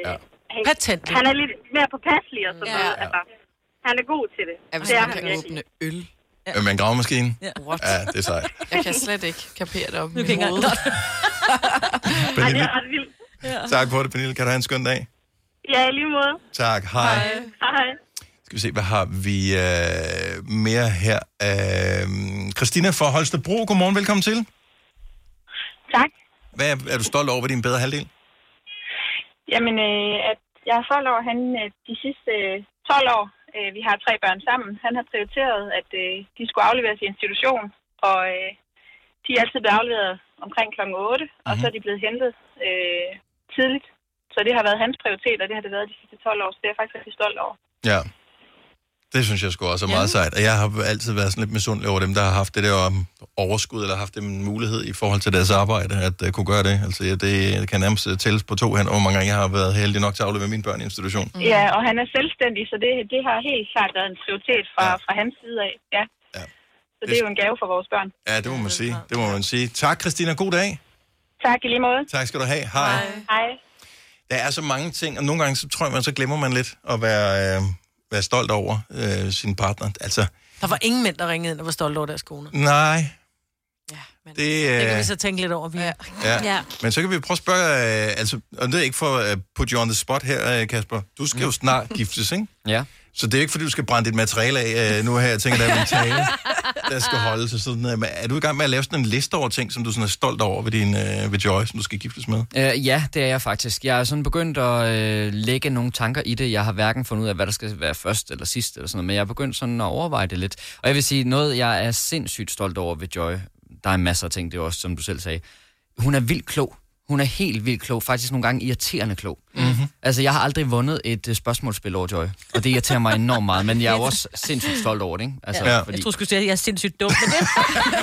han er lidt mere påpasselig og sådan noget. Altså, han er god til det. Ja, hvis det er han kan åbne øl. Med en gravemaskine? Ja. Ja, det er sejt. Jeg kan slet ikke kapere det op i kan hovedet. Ej, det er ret vildt. Tak for det, Pernille. Kan du have en skøn dag? Ja, i lige måde. Tak. Hej. Hej. Skal vi se, hvad har vi mere her? Christina fra Holstebro, godmorgen, velkommen til. Tak. Hvad er du stolt over ved din bedre halvdel? Jamen, at jeg er stolt over, at han de sidste 12 år, vi har 3 børn sammen, han har prioriteret, at de skulle afleveres i institution, og de er altid blevet afleveret omkring kl. 8, og så er de blevet hentet tidligt. Så det har været hans prioritet, og det har det været de sidste 12 år, så det er jeg faktisk rigtig stolt over. Ja, det synes jeg sgu også er meget sejt. Og jeg har altid været sådan lidt misundelig over dem, der har haft det der overskud, eller haft en mulighed i forhold til deres arbejde, at kunne gøre det. Altså, det kan nærmest tælles på 2 hænder, hvor mange gange jeg har været heldig nok til at aflevere mine børn i institution. Ja, og han er selvstændig, så det har helt klart været en prioritet fra hans side af. Ja. Så det er jo en gave for vores børn. Ja, det må man sige. Det må man sige. Tak, Christina. God dag. Tak, i lige måde. Tak skal du have. Hej. Hej. Der er så mange ting, og nogle gange så tror jeg, så glemmer man lidt at være stolt over sin partner. Altså, der var ingen mænd, der ringede ind og var stolt over deres kone. Nej. Men det kan vi så tænke lidt over. Ja. Men så kan vi prøve at spørge, og det er ikke for at put you on the spot her, Kasper. Du skal jo snart giftes, ikke? Ja. Så det er ikke, fordi du skal brænde dit materiale af nu her. Jeg tænker, der er en tale, der skal holde til sådan. Er du i gang med at lave sådan en liste over ting, som du sådan er stolt over ved Joy, som du skal giftes med? Ja, det er jeg faktisk. Jeg er sådan begyndt at lægge nogle tanker i det. Jeg har hverken fundet ud af, hvad der skal være først eller sidst, eller sådan noget, men jeg er begyndt sådan at overveje det lidt. Og jeg vil sige, noget jeg er sindssygt stolt over ved Joy, der er masser af ting, det er også, som du selv sagde. Hun er vildt klog. Hun er helt vildt klog, faktisk nogle gange irriterende klog. Mm-hmm. Altså, jeg har aldrig vundet et spørgsmålsspil over Joy, og det irriterer mig enormt meget, men jeg er jo også sindssygt stolt over det, ikke? Altså, ja. Fordi... Jeg tror sgu sige, at jeg er sindssygt dum med det.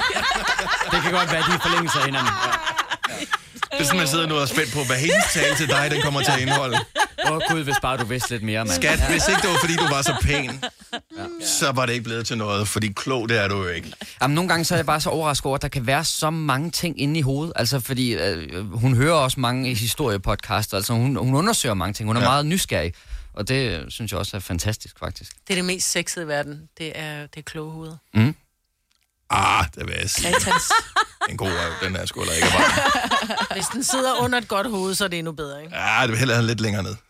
Det kan godt være, de er forlængelse af hinanden. Ja. Det er sådan, man sidder nu og er spændt på, hvad hendes tale til dig, den kommer til at indeholde. Gud, hvis bare du vidste lidt mere, mand. Skat, hvis ikke det var, fordi du var så pæn, så var det ikke blevet til noget, fordi klog, det er du jo ikke. Jamen, nogle gange så er jeg bare så overrasket over, at der kan være så mange ting inde i hovedet. Altså, fordi hun hører også mange historiepodcasts, altså hun undersøger mange ting. Hun er meget nysgerrig, og det synes jeg også er fantastisk, faktisk. Det er det mest sexede i verden. Det er kloge hoveder. Mm. Det vil jeg sige. En god røv, den er sgu ikke bare. Hvis den sidder under et godt hoved, så er det endnu bedre, ikke? Ja, det vil hellere have lidt længere ned.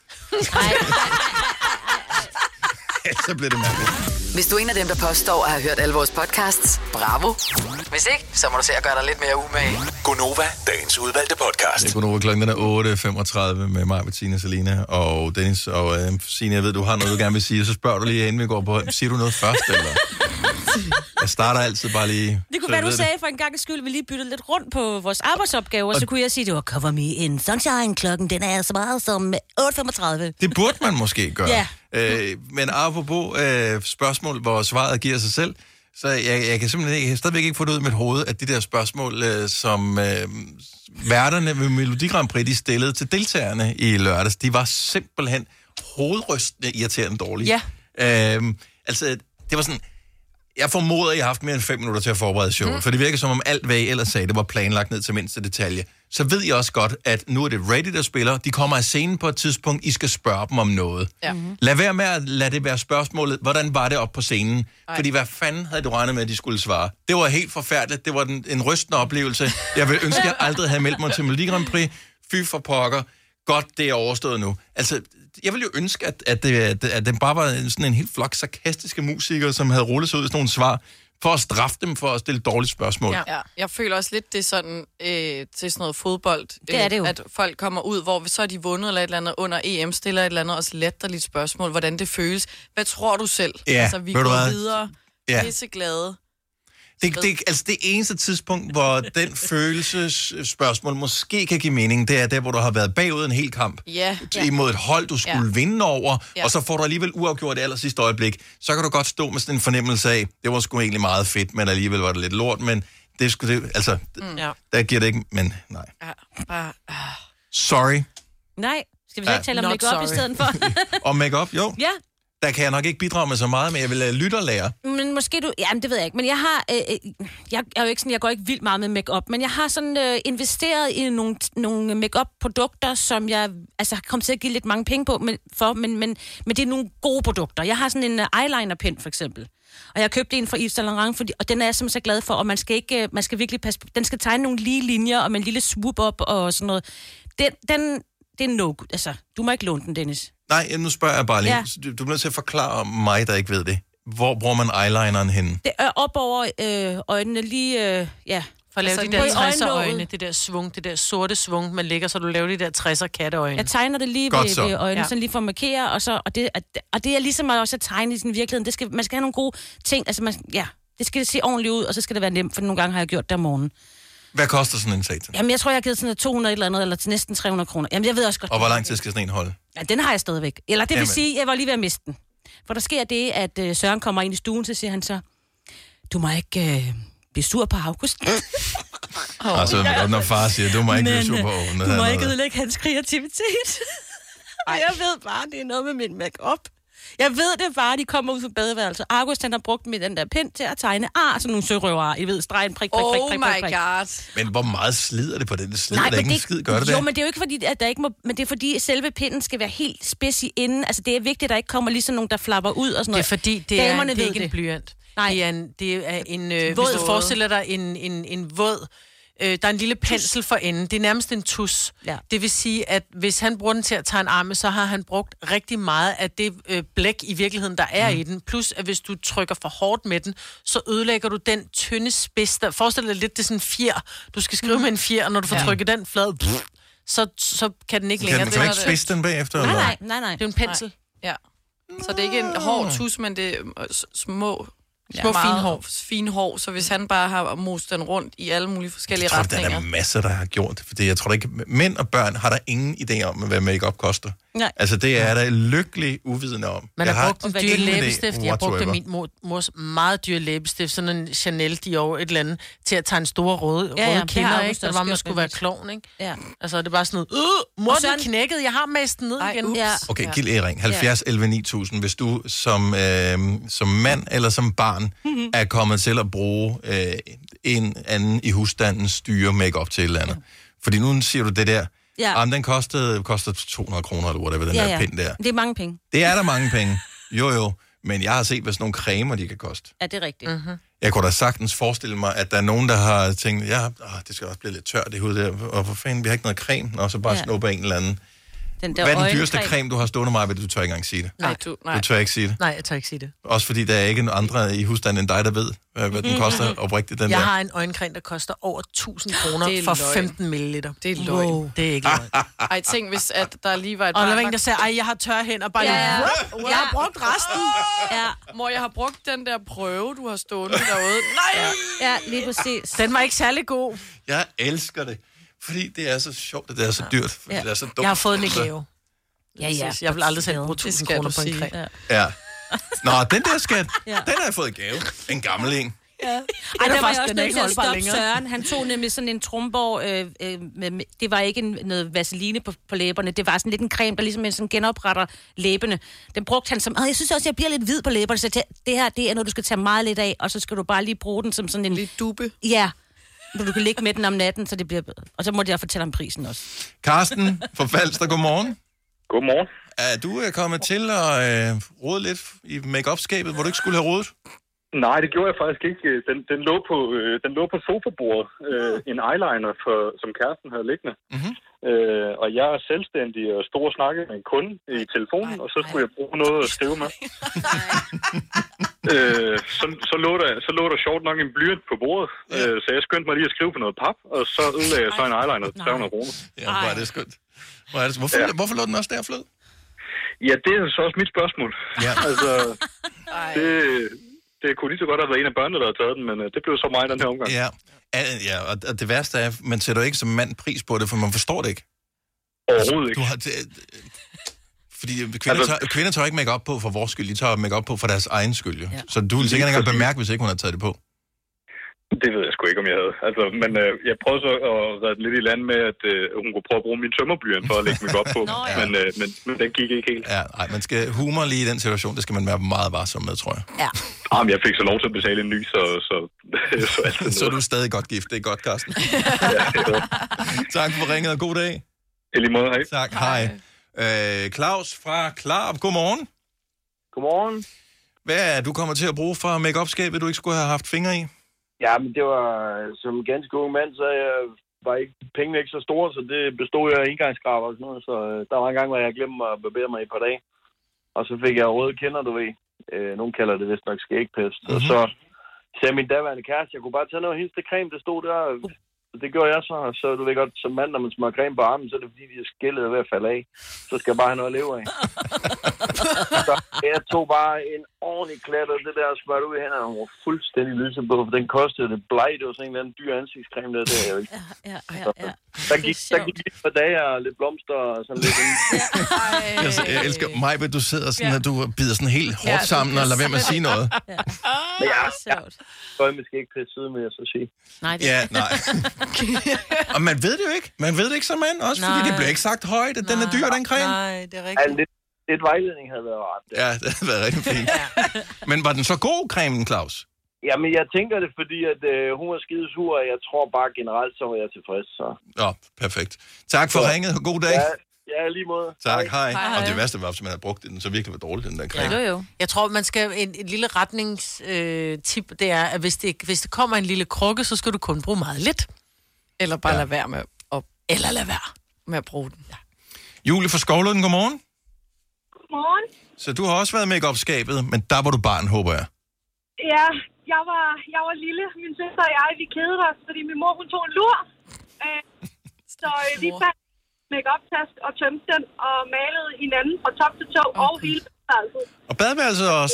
Så bliver det mærkeligt. Hvis du er en af dem, der påstår at have hørt alle vores podcasts, bravo. Hvis ikke, så må du se at gøre dig lidt mere umage. Gonova, dagens udvalgte podcast. Det er Gonova, klokken er 8.35 med mig, Bettina, Selina og Dennis. Og Signe, jeg ved, du har noget, du gerne vil sige, så spørger du lige, inden vi går på. Siger du noget først, eller? Jeg starter altid bare lige... Det kunne være, du sagde for en gang skyld, vi lige byttede lidt rundt på vores arbejdsopgaver, og så kunne jeg sige, det var Cover Me in Sunshine, klokken den er så meget som 8.35. Det burde man måske gøre. Ja. Men apropos spørgsmål, hvor svaret giver sig selv, så jeg kan simpelthen ikke, stadigvæk ikke få det ud af mit hoved, at de der spørgsmål, som værterne ved Melodi Grand Prix, de stillede til deltagerne i lørdags, de var simpelthen hovedrystende irriterende dårlige. Ja. Det var sådan... Jeg formoder, at jeg har haft mere end 5 minutter til at forberede showet, for det virker som om alt, hvad I ellers sagde, det var planlagt ned til mindste detalje. Så ved jeg også godt, at nu er det Ready, der spiller. De kommer af scenen på et tidspunkt, I skal spørge dem om noget. Ja. Lad være med at lade det være spørgsmålet, hvordan var det op på scenen? Fordi hvad fanden havde du regnet med, at de skulle svare? Det var helt forfærdeligt. Det var en rystende oplevelse. Jeg vil ønske, at jeg aldrig havde meldt mig til Melodi Grand Prix. Fy for pokker. Godt, det er overstået nu. Altså, jeg ville jo ønske, at det bare var sådan en helt flok sarkastiske musikere, som havde rullet sig ud i sådan nogle svar, for at straffe dem for at stille dårlige spørgsmål. Ja. Jeg føler også lidt, det er sådan til sådan noget fodbold, det er det jo. At folk kommer ud, hvor så er de vundet eller et eller andet under EM, stiller et eller andet også latterligt spørgsmål, hvordan det føles. Hvad tror du selv? Ja, altså, vi går videre, ja. pisseglade. Det eneste tidspunkt, hvor den følelsesspørgsmål måske kan give mening, det er der, hvor du har været bagud en hel kamp. Imod et hold, du skulle vinde over, og så får du alligevel uafgjort i aller sidste øjeblik. Så kan du godt stå med sådan en fornemmelse af, det var sgu egentlig meget fedt, men alligevel var det lidt lort, men det skulle det, altså, der giver det ikke, men nej. Sorry. Nej, skal vi så ikke tale om make-up i stedet for? Om make-up, jo. Ja. Der kan jeg nok ikke bidrage med så meget, men jeg vil lytte og lære. Men måske du... Jamen, det ved jeg ikke. Men jeg har... jeg er jo ikke sådan... Jeg går ikke vildt meget med make-up, men jeg har sådan investeret i nogle make-up-produkter, som jeg har kommet til at give lidt mange penge på, men det er nogle gode produkter. Jeg har sådan en eyeliner-pen, for eksempel. Og jeg købte en fra Yves Saint Laurent, og den er jeg simpelthen så glad for, og man skal virkelig passe på. Den skal tegne nogle lige linjer, og med en lille swoop op og sådan noget. Det er no good. Altså, du må ikke låne den, Dennis. Nej, nu spørger jeg bare lige. Ja. Du bliver nødt til at forklare mig, der ikke ved det. Hvor bruger man eyelineren henne? Det er op over øjnene, lige... For at lave de der 60'er øjne, det der svung, det der sorte svung, man lægger, så du laver de der 60'er katteøjne. Jeg tegner det lige ved øjnene, sådan lige for at markere, og det er ligesom også at tegne i sin virkelighed. Man skal have nogle gode ting, det skal se ordentligt ud, og så skal det være nemt, for nogle gange har jeg gjort det om morgenen. Hvad koster sådan en satan? Jamen, jeg tror, jeg har givet sådan 200 eller andet, eller til næsten 300 kroner. Jamen, jeg ved også godt... Og hvor lang tid skal sådan en holde? Ja, den har jeg stadigvæk. Eller det vil sige, jeg var lige ved at miste den. For der sker det, at Søren kommer ind i stuen, så siger han så, du må ikke blive sur på August. Altså, når far siger, du må ikke blive sur på August. Du må ikke ødelægge hans kreativitet. Jeg ved bare, det er noget med min make-up. Jeg ved det bare, de kommer ud fra badeværelset. August, han har brugt med den der pind til at tegne sådan nogle sørøver. I ved, stregen, prik. Oh my god. Men hvor meget slider det på den? Det slider der ingen skid, gør det jo, men det er jo ikke fordi, at der ikke må... Men det er fordi, selve pinden skal være helt spids i enden. Altså, det er vigtigt, at der ikke kommer ligesom nogen, der flapper ud og sådan noget. Det er fordi, det er ikke en blyant. Nej. Det er en hvis du forestiller dig en våd... der er en lille pensel for enden. Det er nærmest en tus. Ja. Det vil sige, at hvis han bruger den til at tegne arme, så har han brugt rigtig meget af det blæk i virkeligheden, der er i den. Plus, at hvis du trykker for hårdt med den, så ødelægger du den tynde spids. Forestil dig lidt, det er sådan en fjer. Du skal skrive med en fjer, og når du får trykket den flad, så kan den ikke længere. Kan man ikke spidse den bagefter? Nej. Det er en pensel. Ja. Så det er ikke en hård tus, men det er små fine hår, så hvis han bare har moset den rundt i alle mulige forskellige retninger. Der er masser, der har gjort det, fordi jeg tror ikke, mænd og børn har der ingen idé om, hvad make-up koster. Nej. Altså, det er der lykkelig uvidende om. Man har brugt en dyr læbestift. Jeg brugte min mors meget dyre læbestift, sådan en Chanel Dior et eller andet, til at tegne store røde kinder, ikke? Der var, man skulle være klovn, ikke? Ja. Altså, det er bare sådan noget, mor, den knækkede, jeg har mast den ned igen. Ja. Okay, gild Ering, 70 11 9000, hvis du som mand eller som barn er kommet til at bruge en anden i husstanden styre make-up til et eller andet. Fordi nu siger du det der, den koster 200 kroner eller whatever, den der pind der. Det er mange penge. Det er der mange penge. Jo, men jeg har set, hvad sådan nogle cremer, de kan koste. Ja, det er rigtigt. Jeg kunne da sagtens forestille mig, at der er nogen, der har tænkt, det skal også blive lidt tørt det hud der, og for fanden, vi har ikke noget creme, og så bare snuppe en eller anden. Hvad er den dyreste creme, du har stående mig, du tør ikke engang sige det? Nej. Du tør ikke sige det? Nej, jeg tør ikke sige det. Også fordi der er ikke en andre i husstanden end dig, der ved, hvad den koster oprigtigt, den jeg der. har en øjencreme, der koster over 1000 kroner for 15 milliliter. Det er løgn. Wow. Det er ikke løgn. Ej, tænk, hvis at der lige var et og der var en, der sagde, jeg har tørre hænder, bare jeg har brugt resten. Mor, jeg har brugt den der prøve, du har stående derude. Nej! Ja, lige præcis. Den var ikke særlig god. Jeg elsker det, fordi det er så sjovt, og det er så dyrt, fordi det er så dumt. Jeg har fået en gave. Ja. Jeg vil aldrig selv bruge 1000 kroner på en creme. Ja. Nå, den der skat, den har jeg fået i gave. En gammel en. Ja. Ej, der var jeg også nødt til at stoppe Søren. Han tog nemlig sådan en Trumborg, det var ikke noget vaseline på læberne, det var sådan lidt en creme, der ligesom sådan genopretter læbene. Den brugte han som, jeg synes også, jeg bliver lidt hvid på læberne, så det her, det er noget, du skal tage meget lidt af, og så skal du bare lige bruge den som sådan en... Lidt dubbe. Ja, du kan ligge med den om natten, så det bliver... Og så må jeg fortælle om prisen også. Karsten fra Falster, godmorgen. Godmorgen. Er du kommet til at rode lidt i make-up-skabet, hvor du ikke skulle have rodet? Nej, det gjorde jeg faktisk ikke. Den lå på sofabordet. En eyeliner, som kæresten havde liggende. Og jeg er selvstændig og stod og snakkede med en kunde i telefonen, og så skulle jeg bruge noget at skrive med. Så lå der sjovt nok en blyant på bordet, så jeg skyndte mig lige at skrive på noget pap, og så ødelagde jeg så en eyeliner til 300 kroner. Ja, hvor er det skønt. Hvorfor lå den også der flød? Ja, det er så også mit spørgsmål. Ja. Altså, Det kunne lige så godt have været en af børnene, der havde taget den, men det blev så mig i den her omgang. Ja, og det værste er, man sætter jo ikke som mand pris på det, for man forstår det ikke. Overhovedet ikke. Fordi kvinder tager ikke make-up på for vores skyld, de tager make-up på for deres egen skyld. Jo. Ja. Så du ville sikkert ikke have bemærket, hvis ikke hun havde taget det på. Det ved jeg sgu ikke, om jeg havde. Altså, men jeg prøvede så at redde lidt i land med, at hun kunne prøve at bruge min tømmerblyant for at lægge mig op på. Men den gik ikke helt. Ja, nej, man skal humor lige i den situation. Det skal man være meget varsom med, tror jeg. Ja. Men jeg fik så lov til at betale en ny, så så er du stadig godt gift. Det er godt, Carsten. Tak for ringet, og god dag. I lige måde, hej. Tak, hej. Claus fra Klarup, godmorgen. Godmorgen. Hvad er du kommer til at bruge fra make-up-skabet, du ikke skulle have haft fingre i? Ja, men det var som ganske ung mand, så var pengene ikke så store, så det bestod af engangskraver og sådan noget. Så der var en gang, hvor jeg glemte at barbere mig i et par dage. Og så fik jeg røde kinder, du ved. Nogen kalder det vist nok skægpest. Og så sagde min daværende kæreste, jeg kunne bare tage noget hilsecreme, det stod der. Det gjorde jeg så du ved godt, som mand, når man smører creme på armen, så er det fordi, de er skillet ved at falde af. Så skal jeg bare have noget at leve af. Så jeg tog bare en ordentlig klat, og det der smørte ud i hænderne, og var fuldstændig lyseblå, for den kostede det blej. Det var sådan en eller anden dyr ansigtscreme, der er jo ikke. Ja. Der gik lige et par dage og lidt blomster og sådan lidt. Jeg elsker mig, at du sidder sådan, at du bider sådan helt hårdt sammen og lader være med at sige noget. Men jeg er måske ikke pisse siden med, jeg så sige. Nej, nej. Og man ved det jo ikke. Man ved det ikke som mand, også fordi det bliver ikke sagt højt, at den er dyr, den creme. Nej, det er rigtigt. Lidt vejledning havde været rart. Ja, det havde været rigtig fint. Men var den så god, cremen, Claus? Jamen, jeg tænker det, fordi at hun var skidesur, og jeg tror bare generelt, så var jeg tilfreds. Så. Perfekt. Tak for ringet, og god dag. Ja, lige måde. Tak, hej. Og det værste var, at man havde brugt den, så virkelig var dårligt, den der creme. Jo. Jeg tror, man skal et lille retningstip, det er, at hvis det kommer en lille krukke, så skal du kun bruge meget lidt. Eller bare lade være med at bruge den. Ja. Julie fra Skovlund, godmorgen. Godmorgen. Så du har også været i make-up-skabet, men der var du barn, håber jeg. Ja, jeg var lille. Min søster og jeg, vi kedede os, fordi min mor, hun tog en lur. Så vi fandt make-up-task og tømte den og malede hinanden fra top til tå og hele badeværelset. Og badeværelset også?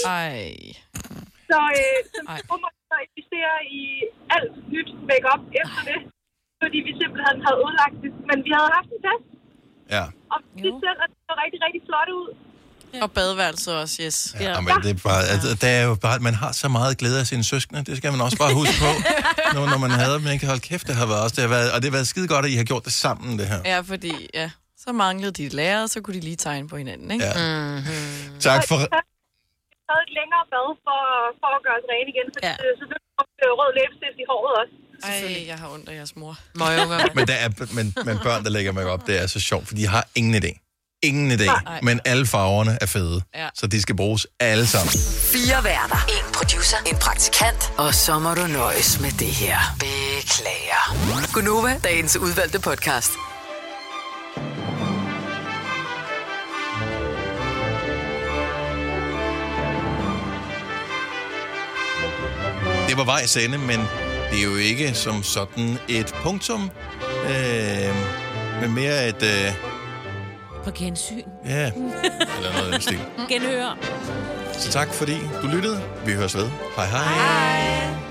Så hun måtte så investere i alt nyt make-up efter det, fordi vi simpelthen havde ødelagt det. Men vi havde haft en test. Ja. Og vi selv, at det så rigtig, rigtig flot ud. Og badeværelset også, yes. Ja, men det er bare, der er jo bare, man har så meget glæde af sine søskende. Det skal man også bare huske på, når man havde dem. Ikke holde kæft, det har været også. Og det har været skide godt, at I har gjort det sammen, det her. Ja, fordi så manglede de lærer, så kunne de lige tegne på hinanden, ikke? Ja. Mm-hmm. Tak for... Jeg havde et længere bad for at gøre det rene igen, så selvfølgelig rød læbestift i håret også. Ej, jeg har ondt af jeres mor. Men børn, der lægger mig op, det er så sjovt, for de har ingen idé. Ingen idé, men alle farverne er fede, så de skal bruges alle sammen. 4 værter, 1 producer, 1 praktikant, og så må du nøjes med det her. Beklager. Gunova, dagens udvalgte podcast. Det var vejs ende, men det er jo ikke som sådan et punktum, men mere et... På gensyn. Ja, eller noget af den stil. Genhør. Så tak fordi du lyttede. Vi høres ved. Hej hej.